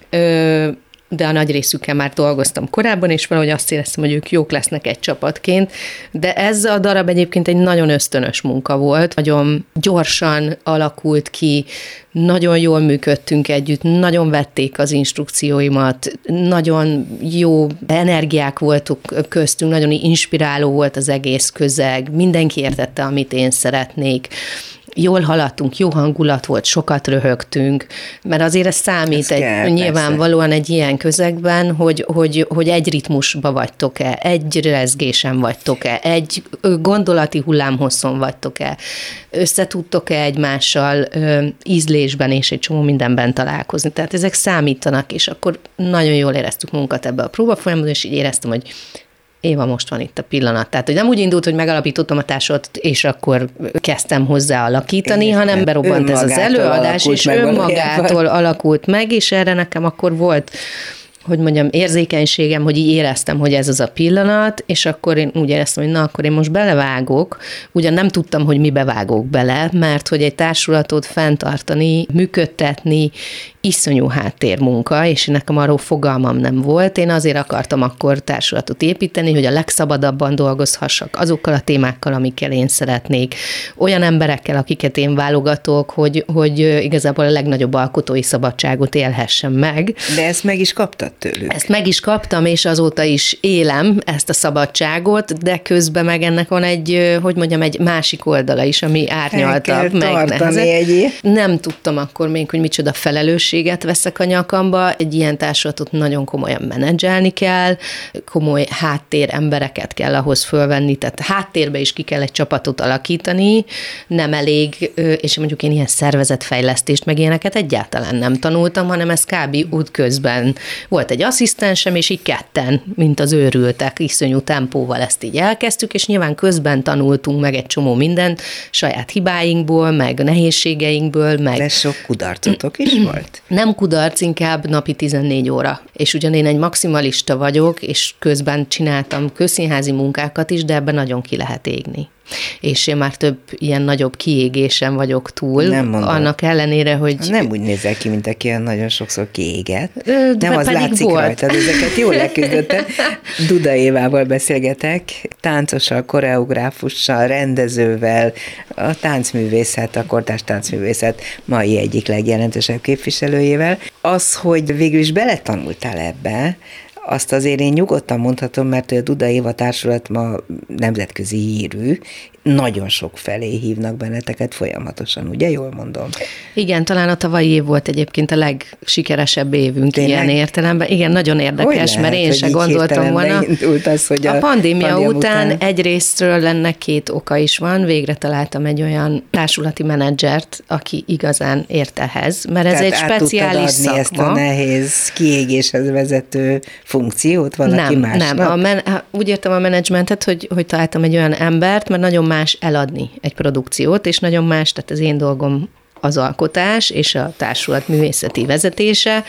Ö, de a nagy részükkel már dolgoztam korábban, és valahogy azt éreztem, hogy ők jók lesznek egy csapatként, de ez a darab egyébként egy nagyon ösztönös munka volt, nagyon gyorsan alakult ki, nagyon jól működtünk együtt, nagyon vették az instrukcióimat, nagyon jó energiák voltunk köztünk, nagyon inspiráló volt az egész közeg, mindenki értette, amit én szeretnék. Jól haladtunk, jó hangulat volt, sokat röhögtünk, mert azért ez számít ez egy, kell, nyilvánvalóan persze. Egy ilyen közegben, hogy, hogy, hogy egy ritmusba vagytok-e, egy rezgésen vagytok-e, egy gondolati hullámhosszon vagytok-e, összetudtok-e egymással ö, ízlésben és egy csomó mindenben találkozni. Tehát ezek számítanak, és akkor nagyon jól éreztük munkat ebbe a próbafolyamban, és így éreztem, hogy Éva, most van itt a pillanat. Tehát, hogy nem úgy indult, hogy megalapítottam a társulatot, és akkor kezdtem hozzá alakítani, én hanem berobbant ez az előadás, és önmagától alakult meg, és erre nekem akkor volt, hogy mondjam, érzékenységem, hogy így éreztem, hogy ez az a pillanat, és akkor én úgy éreztem, hogy na, akkor én most belevágok. Ugyan nem tudtam, hogy mibe vágok bele, mert hogy egy társulatot fenntartani, működtetni, iszonyú háttérmunka, és nekem arról fogalmam nem volt. Én azért akartam akkor társulatot építeni, hogy a legszabadabban dolgozhassak azokkal a témákkal, amikkel én szeretnék, olyan emberekkel, akiket én válogatok, hogy, hogy igazából a legnagyobb alkotói szabadságot élhessem meg. De ezt meg is kaptad tőlük? Ezt meg is kaptam, és azóta is élem ezt a szabadságot, de közben meg ennek van egy, hogy mondjam, egy másik oldala is, ami árnyaltabb, megnehezebb. Nem tudtam akkor még, hogy micsoda felelősség veszek a nyakamba, egy ilyen társulatot nagyon komolyan menedzselni kell, komoly háttér embereket kell ahhoz fölvenni, tehát háttérbe is ki kell egy csapatot alakítani, nem elég, és mondjuk én ilyen szervezetfejlesztést, meg ilyeneket egyáltalán nem tanultam, hanem ez kb. Útközben volt egy asszisztensem, és így ketten, mint az őrültek, iszonyú tempóval ezt így elkezdtük, és nyilván közben tanultunk meg egy csomó mindent, saját hibáinkból, meg nehézségeinkből, meg... De sok kudarcotok is volt? Nem kudarc, inkább napi tizennégy óra. És ugyan én egy maximalista vagyok, és közben csináltam közszínházi munkákat is, de ebben nagyon ki lehet égni. És én már több ilyen nagyobb kiégésen vagyok túl, nem annak ellenére, hogy... Nem úgy nézel ki, mint aki olyan nagyon sokszor kiégett. De nem az látszik volt. Rajtad, ezeket jól leküzdötted. Duda Évával beszélgetek, táncossal, koreográfussal, rendezővel, a táncművészet, a kortárs táncművészet mai egyik legjelentősebb képviselőjével. Az, hogy végül is beletanultál ebbe, azt azért én nyugodtan mondhatom, mert a Duda Éva társulat ma nemzetközi hírű, nagyon sok felé hívnak benneteket folyamatosan, ugye? Jól mondom. Igen, talán a tavalyi év volt egyébként a legsikeresebb évünk Tényleg? Ilyen értelemben. Igen, nagyon érdekes, lehet, mert én se gondoltam volna. Az, hogy a, a pandémia, pandémia után, után egyrésztről ennek két oka is van. Végre találtam egy olyan társulati menedzsert, aki igazán ért ehhez, mert ez Tehát egy speciális szakma. ezt a nehéz kiégéshez vezető funkciót valaki nem, másnak? Nem, a men- úgy értem a menedzsmentet, hogy, hogy találtam egy olyan embert, mert nagyon más eladni egy produkciót, és nagyon más, tehát az én dolgom az alkotás és a társulat művészeti vezetése,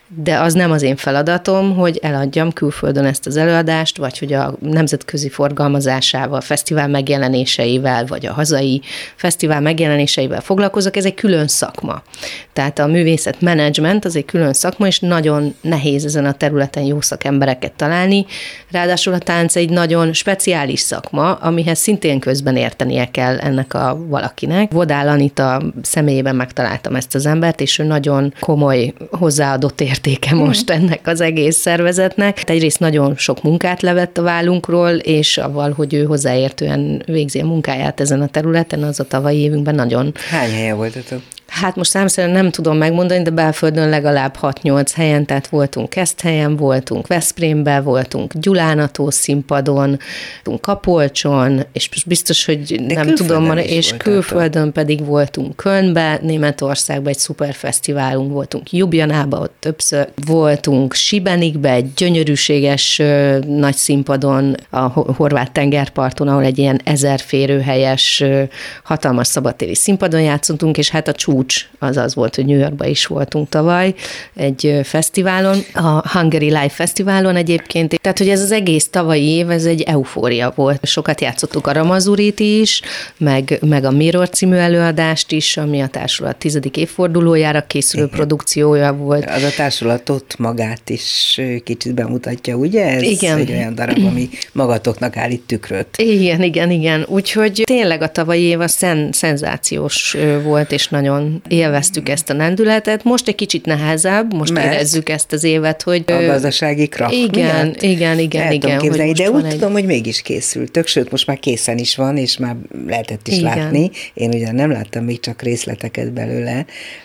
de az nem az én feladatom, hogy eladjam külföldön ezt az előadást, vagy hogy a nemzetközi forgalmazásával, fesztivál megjelenéseivel, vagy a hazai fesztivál megjelenéseivel foglalkozok, ez egy külön szakma. Tehát a művészet menedzsment az egy külön szakma, és nagyon nehéz ezen a területen jó szakembereket találni. Ráadásul a tánc egy nagyon speciális szakma, amihez szintén közben értenie kell ennek a valakinek. Vodál Anita személyében megtaláltam ezt az embert, és ő nagyon komoly hozzáadott értéke most ennek az egész szervezetnek. Egyrészt nagyon sok munkát levett a vállunkról, és avval, hogy ő hozzáértően végzi a munkáját ezen a területen, az a tavalyi évünkben nagyon... Hány helye voltatok? Hát most számszerűen nem tudom megmondani, de belföldön legalább hat-nyolc helyen, tehát voltunk Keszthelyen, voltunk Veszprémben, voltunk Gyulánató színpadon, voltunk Kapolcson, és most biztos, hogy de nem tudom, és külföldön pedig voltunk Kölnbe, Németországban egy szuper fesztiválunk, voltunk Ljubljanában, ott többször voltunk Sibenikbe, egy gyönyörűséges ö, nagy színpadon, a horvát tengerparton, ahol egy ilyen ezer férőhelyes, ö, hatalmas szabadtéri színpadon játszottunk, és hát a csúcs az az volt, hogy New Yorkban is voltunk tavaly egy fesztiválon, a Hungary Live Fesztiválon egyébként. Tehát, hogy ez az egész tavalyi év, ez egy eufória volt. Sokat játszottuk a Ramazurit is, meg, meg a Mirror című előadást is, ami a társulat tizedik évfordulójára készülő igen. produkciója volt. Az a társulatot magát is kicsit bemutatja, ugye? Ez igen. egy olyan darab, ami magatoknak állít tükröt. Igen, igen, igen. Úgyhogy tényleg a tavalyi év a szen, szenzációs volt, és nagyon élveztük ezt a lendületet. Most egy kicsit nehezebb, most mert érezzük ezt az évet, hogy... A gazdasági krach igen, miatt? igen, igen, El igen. Képzelni, de úgy egy... tudom, hogy mégis készültök, sőt, most már készen is van, és már lehetett is igen. látni. Én ugyan nem láttam még csak részleteket belőle.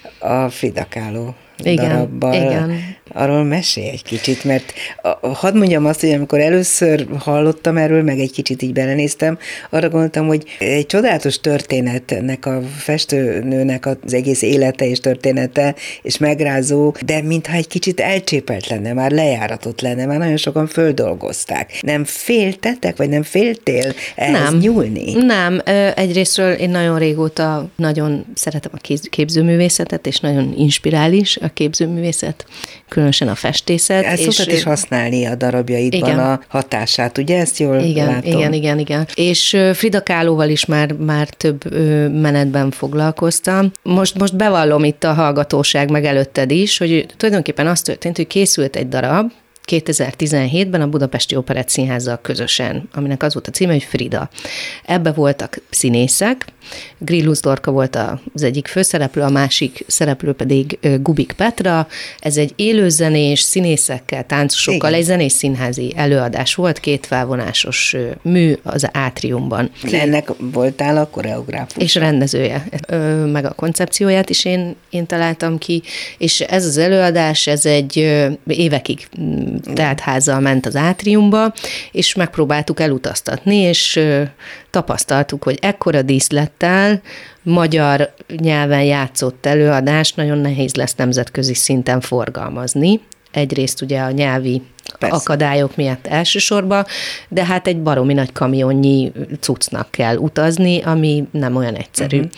A Frida Kahlo igen, darabbal. Igen. Arról mesélj egy kicsit, mert hadd mondjam azt, hogy amikor először hallottam erről, meg egy kicsit így belenéztem, arra gondoltam, hogy egy csodálatos történetnek, a festőnőnek az egész élete és története, és megrázó, de mintha egy kicsit elcsépelt lenne, már lejáratott lenne, már nagyon sokan földolgozták. Nem féltetek, vagy nem féltél ehhez nem, nyúlni? Nem. Egyrésztről én nagyon régóta nagyon szeretem a képzőművészetet, és nagyon inspirális a képzőművészet, különösen a festészet. Ezt és szoktad is használni a darabjaidban igen. a hatását, ugye? Ezt jól igen, látom. Igen, igen, igen. És Frida Kahloval is már, már több menetben foglalkoztam. Most, most bevallom itt a hallgatóság meg előtted is, hogy tulajdonképpen az történt, hogy készült egy darab, kétezer-tizenhétben a Budapesti Operett Színházzal közösen, aminek az volt a címe, hogy Frida. Ebbe voltak színészek, Grillus Dorka volt az egyik főszereplő, a másik szereplő pedig Gubik Petra. Ez egy élőzenés, színészekkel, táncosokkal, igen. egy zenés színházi előadás volt, két felvonásos mű az átriumban. Ennek voltál a koreográfus. És rendezője, meg a koncepcióját is én, én találtam ki, és ez az előadás, ez egy évekig teltházzal ment az átriumba, és megpróbáltuk elutaztatni, és tapasztaltuk, hogy ekkora díszlettel magyar nyelven játszott előadást nagyon nehéz lesz nemzetközi szinten forgalmazni. Egyrészt ugye a nyelvi persze. akadályok miatt elsősorban, de hát egy baromi nagy kamionnyi cuccnak kell utazni, ami nem olyan egyszerű. Uh-huh.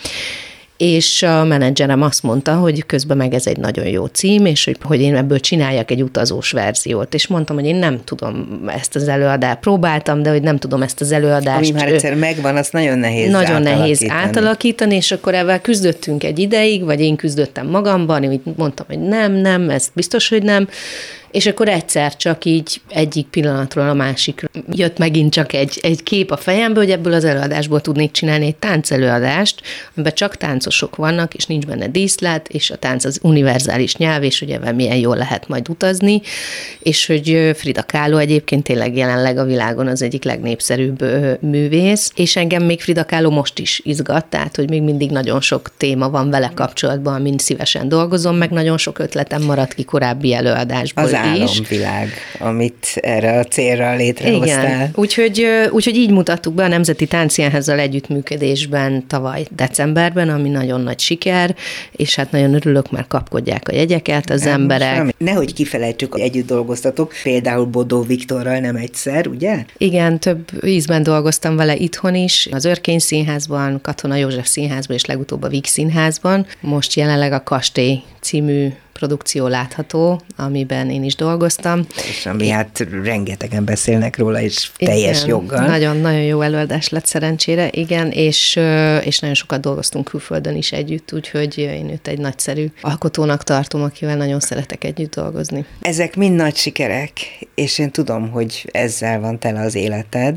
És a menedzserem azt mondta, hogy közben meg ez egy nagyon jó cím, és hogy, hogy én ebből csináljak egy utazós verziót. És mondtam, hogy én nem tudom ezt az előadást, próbáltam, de hogy nem tudom ezt az előadást. Ami már egyszer megvan, az nagyon nehéz Nagyon átalakítani. nehéz átalakítani, és akkor ebben küzdöttünk egy ideig, vagy én küzdöttem magamban, én mondtam, hogy nem, nem, ez biztos, hogy nem. És akkor egyszer csak így egyik pillanatról a másikra jött megint csak egy, egy kép a fejembe, hogy ebből az előadásból tudnék csinálni egy táncelőadást, amiben csak táncosok vannak, és nincs benne díszlet, és a tánc az univerzális nyelv, és ugye milyen jól lehet majd utazni, és hogy Frida Kahlo egyébként tényleg jelenleg a világon az egyik legnépszerűbb művész, és engem még Frida Kahlo most is izgat, tehát hogy még mindig nagyon sok téma van vele kapcsolatban, amin szívesen dolgozom, meg nagyon sok ötletem maradt ki korábbi előadásból. Az álomvilág, amit erre a célra létrehoztál. Igen, úgyhogy, úgyhogy így mutattuk be a Nemzeti Táncszínházzal együttműködésben tavaly decemberben, ami nagyon nagy siker, és hát nagyon örülök, már kapkodják a jegyeket az nem, emberek. Nehogy kifelejtsük, hogy együtt dolgoztatok, például Bodó Viktorral nem egyszer, ugye? Igen, több ízben dolgoztam vele itthon is, az Örkény Színházban, Katona József Színházban, és legutóbb a Víg Színházban. Most jelenleg a Kastély című produkció látható, amiben én is dolgoztam. És ami hát rengetegen beszélnek róla, és teljes igen, joggal. Nagyon-nagyon jó előadás lett szerencsére, igen, és, és nagyon sokat dolgoztunk külföldön is együtt, úgyhogy én őt egy nagyszerű alkotónak tartom, akivel nagyon szeretek együtt dolgozni. Ezek mind nagy sikerek, és én tudom, hogy ezzel van tele az életed.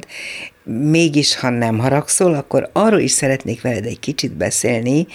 Mégis, ha nem haragszol, akkor arról is szeretnék veled egy kicsit beszélni,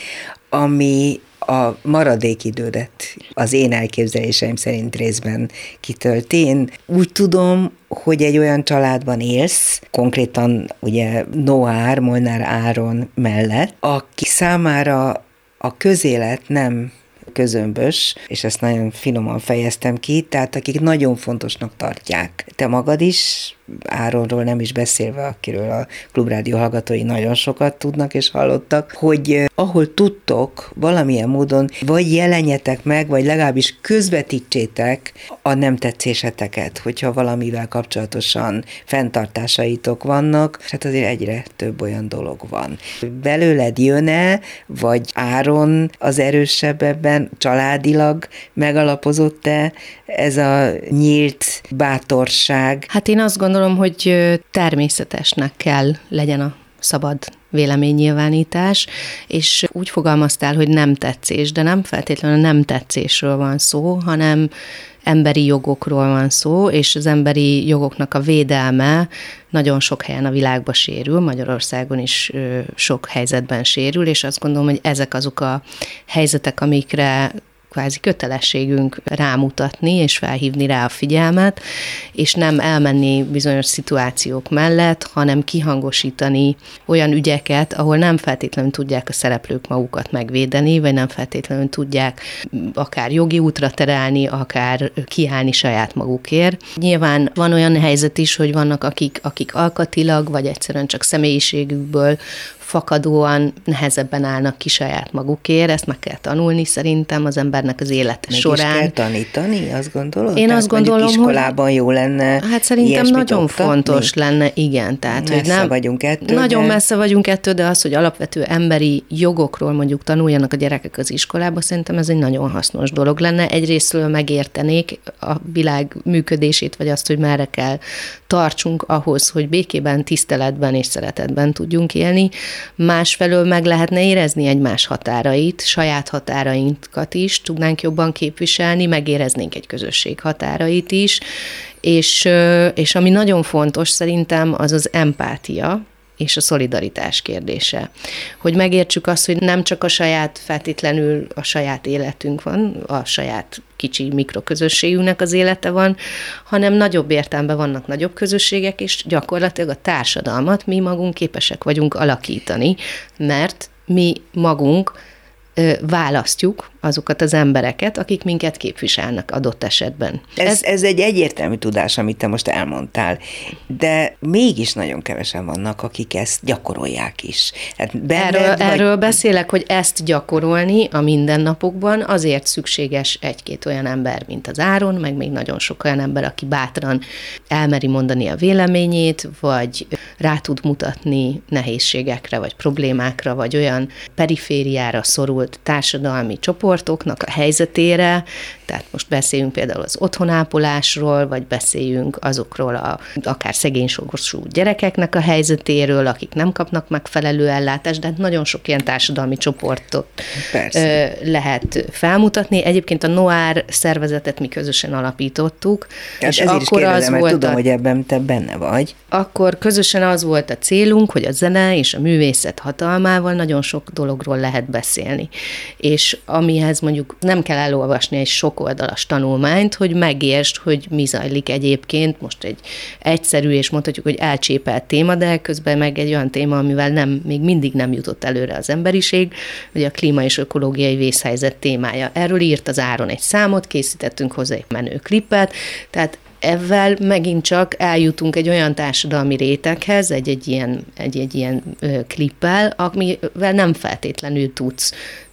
ami a maradék idődet az én elképzeléseim szerint részben kitölti. Én úgy tudom, hogy egy olyan családban élsz, konkrétan ugye Noár, Molnár Áron mellett, aki számára a közélet nem közömbös, és ezt nagyon finoman fejeztem ki, tehát akik nagyon fontosnak tartják. Te magad is, Áronról nem is beszélve, akiről a Klubrádió hallgatói nagyon sokat tudnak és hallottak, hogy ahol tudtok, valamilyen módon vagy jelenjetek meg, vagy legalábbis közvetítsétek a nem tetszéseteket, hogyha valamivel kapcsolatosan fenntartásaitok vannak, és hát azért egyre több olyan dolog van. Belőled jön-e, vagy Áron az erősebb ebben, családilag megalapozott-e ez a nyílt bátorság? Hát én azt gondolom, hogy természetesnek kell legyen a szabad véleménynyilvánítás, és úgy fogalmaztál, hogy nem tetszés, de nem feltétlenül nem tetszésről van szó, hanem emberi jogokról van szó, és az emberi jogoknak a védelme nagyon sok helyen a világban sérül, Magyarországon is sok helyzetben sérül, és azt gondolom, hogy ezek azok a helyzetek, amikre kvázi kötelességünk rámutatni, és felhívni rá a figyelmet, és nem elmenni bizonyos szituációk mellett, hanem kihangosítani olyan ügyeket, ahol nem feltétlenül tudják a szereplők magukat megvédeni, vagy nem feltétlenül tudják akár jogi útra terelni, akár kiállni saját magukért. Nyilván van olyan helyzet is, hogy vannak akik, akik alkatilag, vagy egyszerűen csak személyiségükből fakadóan nehezebben állnak ki saját magukért, ezt meg kell tanulni szerintem az embernek az élete meg során. Meg is kell tanítani, azt gondolod? Én tehát azt gondolom, iskolában hogy jó lenne. Hát szerintem nagyon oktatni? fontos lenne, igen. Tehát, messze hogy nem, vagyunk ettől. Nagyon de... messze vagyunk ettől, de az, hogy alapvető emberi jogokról mondjuk tanuljanak a gyerekek az iskolába, szerintem ez egy nagyon hasznos dolog lenne. Egyrésztről megértenék a világ működését, vagy azt, hogy merre kell tartsunk ahhoz, hogy békében, tiszteletben és szeretetben tudjunk élni. Másfelől meg lehetne érezni egymás határait, saját határainkat is tudnánk jobban képviselni, megéreznénk egy közösség határait is, és, és ami nagyon fontos szerintem, az az empátia, és a szolidaritás kérdése. Hogy megértsük azt, hogy nem csak a saját, feltétlenül a saját életünk van, a saját kicsi mikroközösségünknek az élete van, hanem nagyobb értelemben vannak nagyobb közösségek, és gyakorlatilag a társadalmat mi magunk képesek vagyunk alakítani, mert mi magunk választjuk azokat az embereket, akik minket képviselnek adott esetben. Ez, ez, ez egy egyértelmű tudás, amit te most elmondtál, de mégis nagyon kevesen vannak, akik ezt gyakorolják is. Hát erről, vagy... erről beszélek, hogy ezt gyakorolni a mindennapokban azért szükséges egy-két olyan ember, mint az Áron, meg még nagyon sok olyan ember, aki bátran elmeri mondani a véleményét, vagy rá tud mutatni nehézségekre, vagy problémákra, vagy olyan perifériára szorult társadalmi csoportoknak a helyzetére, tehát most beszéljünk például az otthonápolásról, vagy beszéljünk azokról a akár szegénysorgosú gyerekeknek a helyzetéről, akik nem kapnak megfelelő ellátást, de hát nagyon sok ilyen társadalmi csoportot Persze. lehet felmutatni. Egyébként a Noár szervezetet mi közösen alapítottuk. És ezért is kérdezem, mert tudom, a... hogy ebben te benne vagy. Akkor közösen az volt a célunk, hogy a zene és a művészet hatalmával nagyon sok dologról lehet beszélni. És amihez mondjuk nem kell elolvasni egy sok oldalas tanulmányt, hogy megértsd, hogy mi zajlik egyébként, most egy egyszerű és mondhatjuk, hogy elcsépelt téma, de közben meg egy olyan téma, amivel nem, még mindig nem jutott előre az emberiség, ugye a klíma és ökológiai vészhelyzet témája. Erről írt az Áron egy számot, készítettünk hozzá egy menő klipet, tehát ezzel megint csak eljutunk egy olyan társadalmi réteghez, egy-egy ilyen, egy-egy ilyen ö, klippel, amivel nem feltétlenül tudsz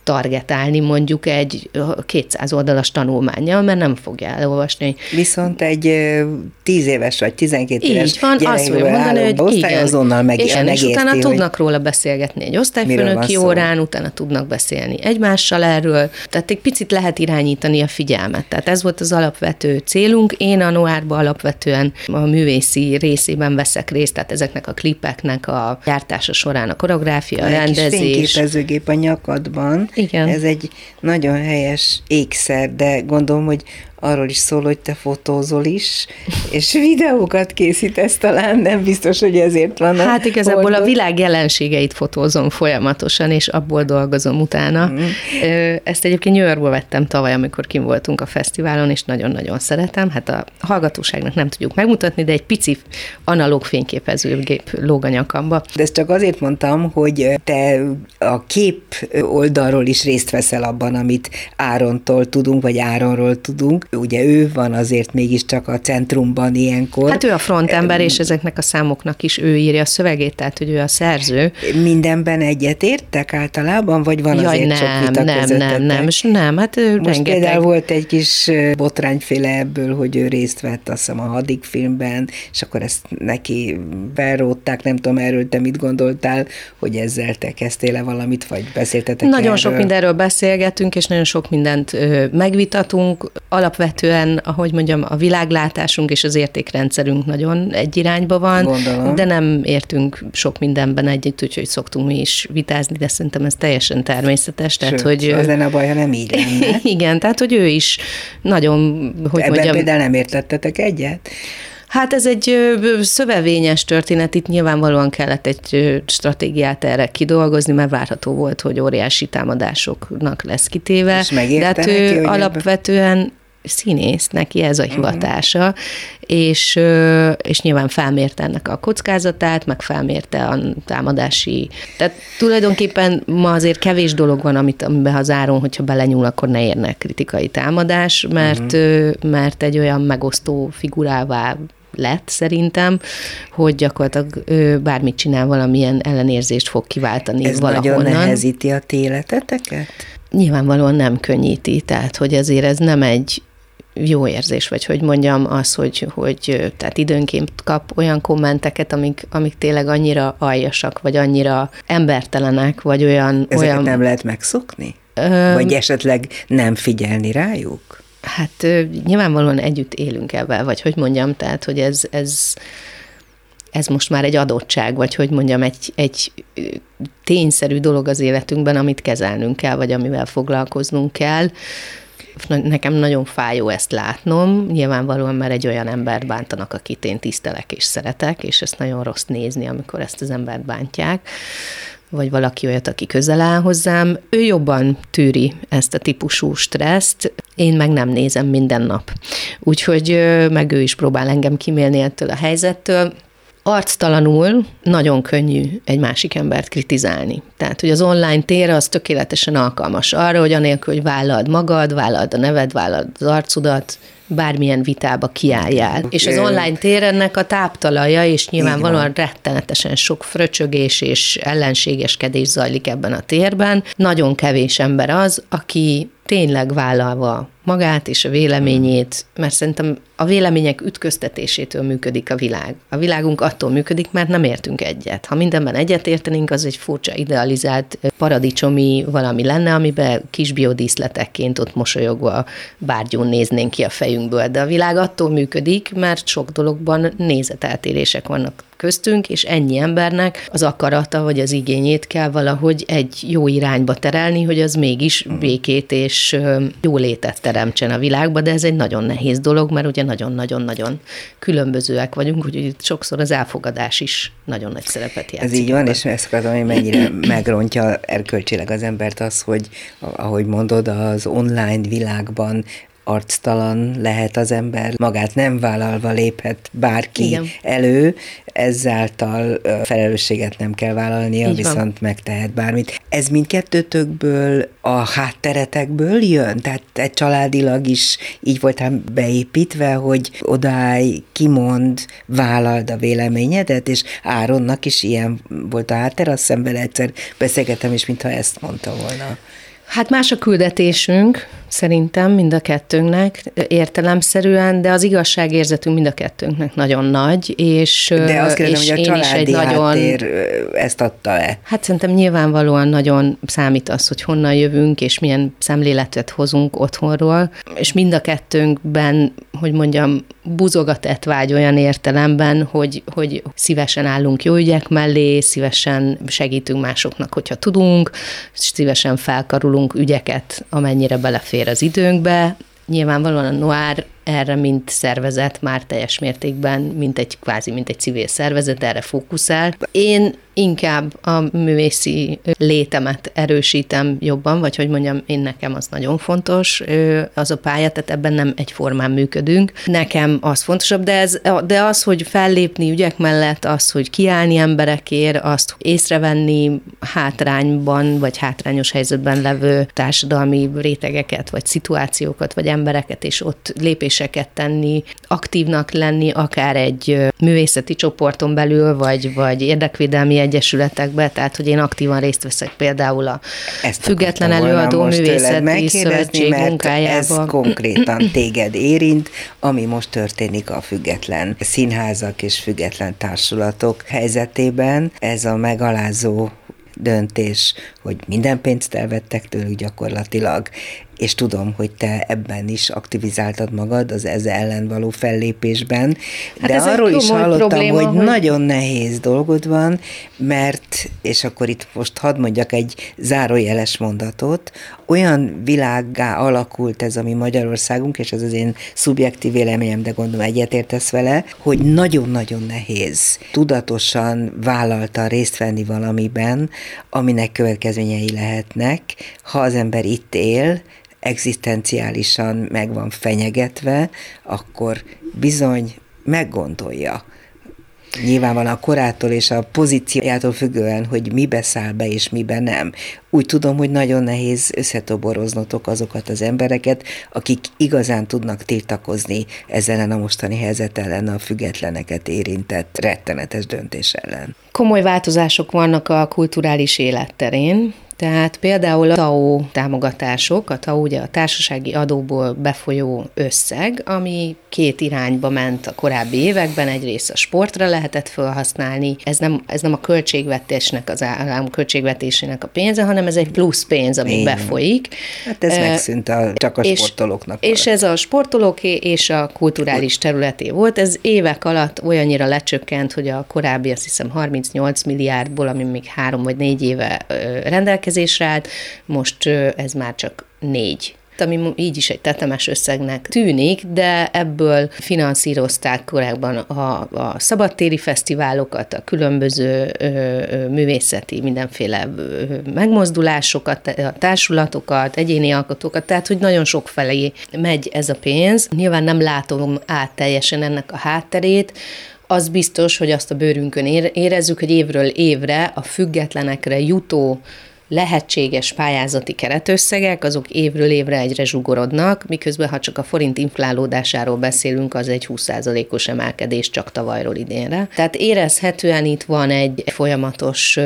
targetálni mondjuk egy kétszáz oldalas tanulmánnyal, mert nem fogja elolvasni. Viszont egy tíz éves vagy tizenkét éves így van, azt fogja mondani, hogy osztály igen, azonnal meg, igen, megérti, és utána hogy tudnak róla beszélgetni egy osztályfőnöki órán, utána tudnak beszélni egymással erről, tehát egy picit lehet irányítani a figyelmet. Tehát ez volt az alapvető célunk. Én a Noárban alapvetően a művészi részében veszek részt, tehát ezeknek a klipeknek a gyártása során a koreográfia, a rendezés. Egy kis fényképezőgép a nyakadban. Igen. Ez egy nagyon helyes ékszer, de gondolom, hogy arról is szól, hogy te fotózol is, és videókat készítesz talán, nem biztos, hogy ezért van. Hát igazából hordod. A világ jelenségeit fotózom folyamatosan, és abból dolgozom utána. Mm. Ezt egyébként New Yorkból vettem tavaly, amikor kim voltunk a fesztiválon, és nagyon-nagyon szeretem. Hát a hallgatóságnak nem tudjuk megmutatni, de egy pici analóg fényképezőgép lóg a nyakamba. De ezt csak azért mondtam, hogy te a kép oldalról is részt veszel abban, amit Árontól tudunk, vagy Áronról tudunk. Ugye ő van azért mégiscsak a centrumban ilyenkor. Hát ő a frontember, és ezeknek a számoknak is ő írja a szövegét, tehát hogy ő a szerző. Mindenben egyetértek általában, vagy van Jaj, azért nem, sok vita nem, közöttetek? nem, nem, és nem, hát ő most rengeteg. Például volt egy kis botrányféle ebből, hogy ő részt vett, azt hiszem, a Hadik filmben, és akkor ezt neki berótták, nem tudom, erről te mit gondoltál, hogy ezzel te kezdtél-e valamit, vagy beszéltetek Nagyon erről? sok mindenről beszélgetünk, és nagyon sok mindent ö, megvitatunk. Alapvetően, ahogy mondjam, a világlátásunk és az értékrendszerünk nagyon egy irányba van, Gondolom. De nem értünk sok mindenben együtt, úgyhogy szoktunk mi is vitázni, de szerintem ez teljesen természetes. Sőt, tehát, hogy az lenne a baj, ha nem így lenne. Igen, tehát, hogy ő is nagyon, hogy Ebben mondjam... például nem értettetek egyet? Hát ez egy szövevényes történet, itt nyilvánvalóan kellett egy stratégiát erre kidolgozni, mert várható volt, hogy óriási támadásoknak lesz kitéve. És megérte de hát neki, ő hogy alapvetően ebben... színész, neki ez a hivatása, uh-huh. és, és nyilván felmérte ennek a kockázatát, meg felmérte a támadási... Tehát tulajdonképpen ma azért kevés dolog van, amit, amiben az Áron, hogyha belenyúl, akkor ne érnek kritikai támadás, mert, uh-huh. mert egy olyan megosztó figurává lett szerintem, hogy gyakorlatilag bármit csinál, valamilyen ellenérzést fog kiváltani ez valahonnan. Ez nagyon nehezíti a ti életeteket? Nyilvánvalóan nem könnyíti, tehát hogy azért ez nem egy jó érzés, vagy hogy mondjam, az, hogy, hogy tehát időnként kap olyan kommenteket, amik, amik tényleg annyira aljasak, vagy annyira embertelenek, vagy olyan... Ezeket olyan, nem lehet megszokni? Öm, vagy esetleg nem figyelni rájuk? Hát nyilvánvalóan együtt élünk ebben, vagy hogy mondjam, tehát, hogy ez, ez, ez most már egy adottság, vagy hogy mondjam, egy, egy tényszerű dolog az életünkben, amit kezelnünk kell, vagy amivel foglalkoznunk kell. Nekem nagyon fájó ezt látnom, nyilvánvalóan már egy olyan embert bántanak, akit én tisztelek és szeretek, és ezt nagyon rossz nézni, amikor ezt az embert bántják, vagy valaki olyat, aki közel áll hozzám. Ő jobban tűri ezt a típusú stresszt, én meg nem nézem minden nap. Úgyhogy meg ő is próbál engem kimélni ettől a helyzettől. Arctalanul nagyon könnyű egy másik embert kritizálni. Tehát, hogy az online tér az tökéletesen alkalmas arra, hogy anélkül, hogy vállald magad, vállald a neved, vállald az arcudat, bármilyen vitába kiálljál. És az online tér ennek a táptalaja, és nyilvánvalóan rettenetesen sok fröcsögés és ellenségeskedés zajlik ebben a térben. Nagyon kevés ember az, aki tényleg vállalva magát és a véleményét, mert szerintem a vélemények ütköztetésétől működik a világ. A világunk attól működik, mert nem értünk egyet. Ha mindenben egyet értenénk, az egy furcsa idealizált paradicsomi valami lenne, amiben kis biodíszletekként ott mosolyogva bárgyún néznénk ki a fejünkből. De a világ attól működik, mert sok dologban nézeteltérések vannak köztünk, és ennyi embernek az akarata vagy az igényét kell valahogy egy jó irányba terelni, hogy az mégis békét és jólétet teremtsen a világba, de ez egy nagyon nehéz dolog, mert ugye nagyon-nagyon-nagyon különbözőek vagyunk, úgyhogy itt sokszor az elfogadás is nagyon nagy szerepet játszik. Ez így van, és ezt akartam, hogy mennyire megrontja erkölcsileg az embert az, hogy ahogy mondod, az online világban arctalan lehet az ember, magát nem vállalva léphet bárki Igen. elő, ezáltal felelősséget nem kell vállalnia, Így viszont van. megtehet bármit. Ez mindkettőtökből a hátteretekből jön? Tehát egy családilag is így voltál beépítve, hogy odállj, kimond, vállald a véleményedet, és Áronnak is ilyen volt a háttere, azt hiszem vele egyszer beszélgettem, és mintha ezt mondta volna. Hát más a küldetésünk, szerintem mind a kettőnknek értelemszerűen, de az igazságérzetünk mind a kettőnknek nagyon nagy, és de azt kérdezem, és hogy a családi háttér nagyon, ezt adta-e? Hát szerintem nyilvánvalóan nagyon számít az, hogy honnan jövünk, és milyen szemléletet hozunk otthonról, és mind a kettőnkben, hogy mondjam, buzog a tettvágy olyan értelemben, hogy, hogy szívesen állunk jó ügyek mellé, szívesen segítünk másoknak, hogyha tudunk, szívesen felkarulunk ügyeket, amennyire belefér az időnkbe. Nyilvánvalóan a Noir erre, mint szervezet már teljes mértékben, mint egy kvázi, mint egy civil szervezet, erre fókuszál. Én inkább a művészi létemet erősítem jobban, vagy hogy mondjam, én nekem az nagyon fontos, az a pálya, tehát ebben nem egyformán működünk. Nekem az fontosabb, de, ez, de az, hogy fellépni ügyek mellett, az, hogy kiállni emberekért, azt észrevenni hátrányban, vagy hátrányos helyzetben levő társadalmi rétegeket, vagy szituációkat, vagy embereket, és ott lépéseket tenni, aktívnak lenni, akár egy művészeti csoporton belül, vagy, vagy érdekvédelmi egyesületekbe, tehát hogy én aktívan részt veszek például a Ezt Független Előadó Művészeti Szövetség munkájában. Ez konkrétan téged érint, ami most történik a független színházak és független társulatok helyzetében. Ez a megalázó döntés, hogy minden pénzt elvettek tőlük gyakorlatilag, és tudom, hogy te ebben is aktivizáltad magad az ez ellen való fellépésben, hát de arról is hallottam, probléma, hogy, hogy nagyon nehéz dolgod van, mert, és akkor itt most hadd mondjak egy zárójeles mondatot, olyan világgá alakult ez a mi Magyarországunk, és ez az én szubjektív véleményem, de gondolom egyetértesz vele, hogy nagyon-nagyon nehéz tudatosan vállaltan részt venni valamiben, aminek következményei lehetnek, ha az ember itt él, egzisztenciálisan meg van fenyegetve, akkor bizony meggondolja. Nyilvánvalóan a korától és a pozíciójától függően, hogy mibe száll be és mibe nem. Úgy tudom, hogy nagyon nehéz összetoboroznotok azokat az embereket, akik igazán tudnak tiltakozni ezzel a mostani helyzet ellen, a függetleneket érintett rettenetes döntés ellen. Komoly változások vannak a kulturális életterén. Tehát például a té á o támogatások, a té á o ugye a társasági adóból befolyó összeg, ami két irányba ment a korábbi években, egyrészt a sportra lehetett felhasználni, ez nem, ez nem a költségvetésnek, az állam költségvetésének a pénze, hanem ez egy plusz pénz, ami Igen. befolyik. Hát ez uh, megszűnt a, csak a és, sportolóknak. És ez a sportolóké és a kulturális területé volt, ez évek alatt olyannyira lecsökkent, hogy a korábbi, azt hiszem harmincnyolc milliárdból, ami még három vagy négy éve rendelkezésre állt, most ez már csak négy. Ami így is egy tetemes összegnek tűnik, de ebből finanszírozták korábban a, a szabadtéri fesztiválokat, a különböző ö, ö, művészeti mindenféle ö, megmozdulásokat, a társulatokat, egyéni alkotókat, tehát hogy nagyon sok felé megy ez a pénz. Nyilván nem látom át teljesen ennek a hátterét, az biztos, hogy azt a bőrünkön érezzük, hogy évről évre a függetlenekre jutó lehetséges pályázati keretösszegek, azok évről évre egyre zsugorodnak, miközben ha csak a forint inflálódásáról beszélünk, az egy húsz százalékos emelkedés csak tavalyról idénre. Tehát érezhetően itt van egy folyamatos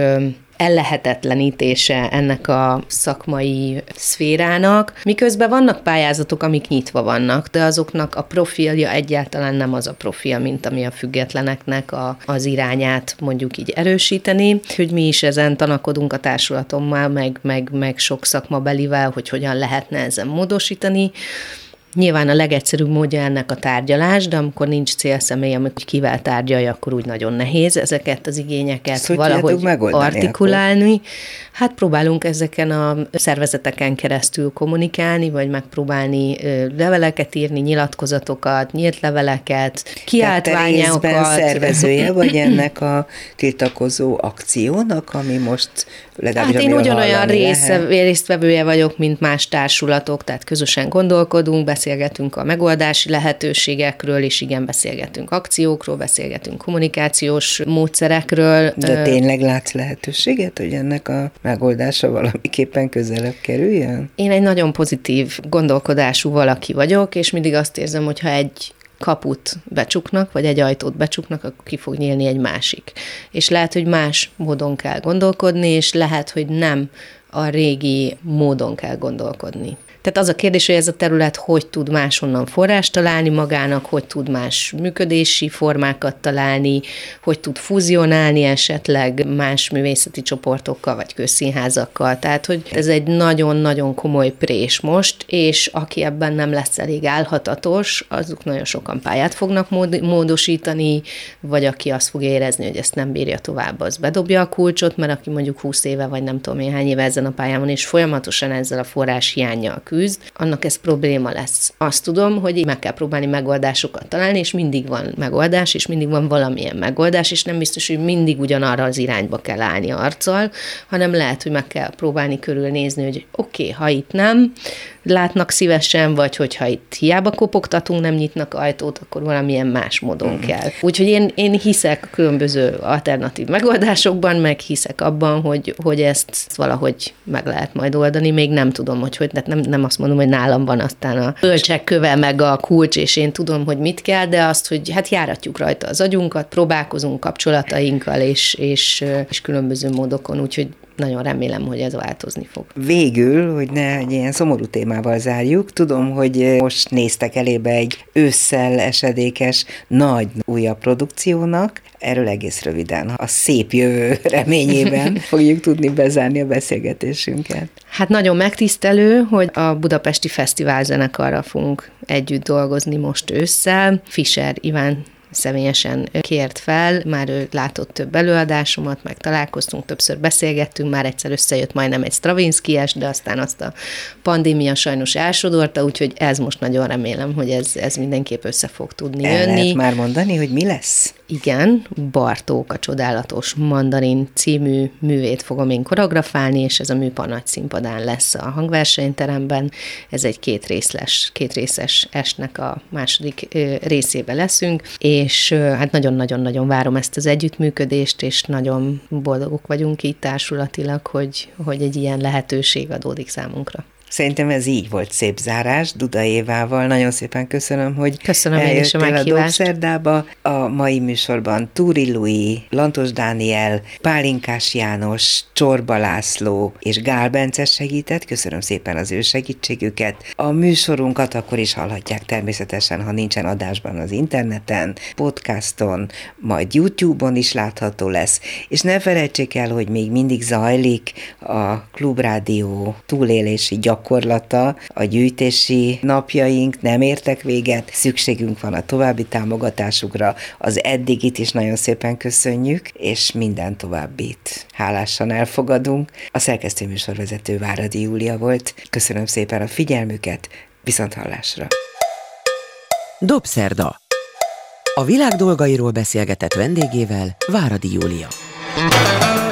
ellehetetlenítése ennek a szakmai szférának, miközben vannak pályázatok, amik nyitva vannak, de azoknak a profilja egyáltalán nem az a profil, mint ami a függetleneknek a, az irányát mondjuk így erősíteni, hogy mi is ezen tanakodunk a társulatommal, meg, meg, meg sok szakmabelivel, hogy hogyan lehetne ezen módosítani. Nyilván a legegyszerűbb módja ennek a tárgyalás, de amikor nincs célszemély, amikor kivel tárgyalja, akkor úgy nagyon nehéz ezeket az igényeket Ezt valahogy artikulálni. Akkor? Hát próbálunk ezeken a szervezeteken keresztül kommunikálni, vagy megpróbálni leveleket írni, nyilatkozatokat, nyílt leveleket, kiáltványokat. Tehát te szervezője vagy ennek a tiltakozó akciónak, ami most legalábbis... Hát én ugyanolyan résztvevője vagyok, mint más társulatok, tehát közösen gondolkodunk, beszélgetünk a megoldási lehetőségekről, és igen, beszélgetünk akciókról, beszélgetünk kommunikációs módszerekről. De tényleg látsz lehetőséget, hogy ennek a megoldása valamiképpen közelebb kerüljön? Én egy nagyon pozitív gondolkodású valaki vagyok, és mindig azt érzem, hogyha egy kaput becsuknak, vagy egy ajtót becsuknak, akkor ki fog nyílni egy másik. És lehet, hogy más módon kell gondolkodni, és lehet, hogy nem a régi módon kell gondolkodni. Tehát az a kérdés, hogy ez a terület hogy tud máshonnan forrást találni magának, hogy tud más működési formákat találni, hogy tud fúzionálni esetleg más művészeti csoportokkal, vagy közszínházakkal. Tehát, hogy ez egy nagyon-nagyon komoly prés most, és aki ebben nem lesz elég állhatatos, azok nagyon sokan pályát fognak mód- módosítani, vagy aki azt fog érezni, hogy ezt nem bírja tovább, az bedobja a kulcsot, mert aki mondjuk húsz éve, vagy nem tudom én hány éve ezen a pályán van, és folyamatosan ezzel a forrás hiánnyal küzd, annak ez probléma lesz. Azt tudom, hogy meg kell próbálni megoldásokat találni, és mindig van megoldás, és mindig van valamilyen megoldás, és nem biztos, hogy mindig ugyanarra az irányba kell állni arccal, hanem lehet, hogy meg kell próbálni körülnézni, hogy oké, okay, ha itt nem látnak szívesen, vagy hogyha itt hiába kopogtatunk, nem nyitnak ajtót, akkor valamilyen más módon mm. kell. Úgyhogy én, én hiszek különböző alternatív megoldásokban, meg hiszek abban, hogy, hogy ezt valahogy meg lehet majd oldani. Még nem tudom, hogy hogy, nem, nem azt mondom, hogy nálam van aztán a bölcsekköve, meg a kulcs, és én tudom, hogy mit kell, de azt, hogy hát járatjuk rajta az agyunkat, próbálkozunk kapcsolatainkkal, és, és, és különböző módokon, úgyhogy nagyon remélem, hogy ez változni fog. Végül, hogy ne egy ilyen szomorú témával zárjuk, tudom, hogy most néztek elébe egy ősszel esedékes nagy újabb produkciónak, erről egész röviden, a szép jövő reményében fogjuk tudni bezárni a beszélgetésünket. Hát nagyon megtisztelő, hogy a Budapesti Fesztivál zenekarral fogunk együtt dolgozni most ősszel. Fischer Iván személyesen kért fel, már ő látott több előadásomat, meg találkoztunk, többször beszélgettünk, már egyszer összejött majdnem egy Stravinsky-es, de aztán azt a pandémia sajnos elsodorta, úgyhogy ez most nagyon remélem, hogy ez, ez mindenképp össze fog tudni El jönni. lehet már mondani, hogy mi lesz? Igen, Bartók a csodálatos Mandarin című művét fogom én koreografálni, és ez a műpa nagy színpadán lesz a hangversenyteremben. Ez egy két részles, két részes estnek a második részébe leszünk, és hát nagyon-nagyon-nagyon várom ezt az együttműködést, és nagyon boldogok vagyunk így társulatilag, hogy, hogy egy ilyen lehetőség adódik számunkra. Szerintem ez így volt szép zárás. Duda Évával nagyon szépen köszönöm, hogy köszönöm én is a meghívást. a Dobszerdába. A mai műsorban Túri Lui, Lantos Dániel, Pálinkás János, Csorba László és Gál Bence segített. Köszönöm szépen az ő segítségüket. A műsorunkat akkor is hallhatják természetesen, ha nincsen adásban az interneten, podcaston, majd YouTube-on is látható lesz. És ne felejtsék el, hogy még mindig zajlik a Klubrádió túlélési gyakorlata, gyakorlata, a gyűjtési napjaink nem értek véget, szükségünk van a további támogatásukra, az eddigit is nagyon szépen köszönjük, és minden továbbit hálásan elfogadunk. A szerkesztő műsorvezető Váradi Júlia volt. Köszönöm szépen a figyelmüket, viszonthallásra. Dobszerda. A világ dolgairól beszélgetett vendégével Váradi Júlia.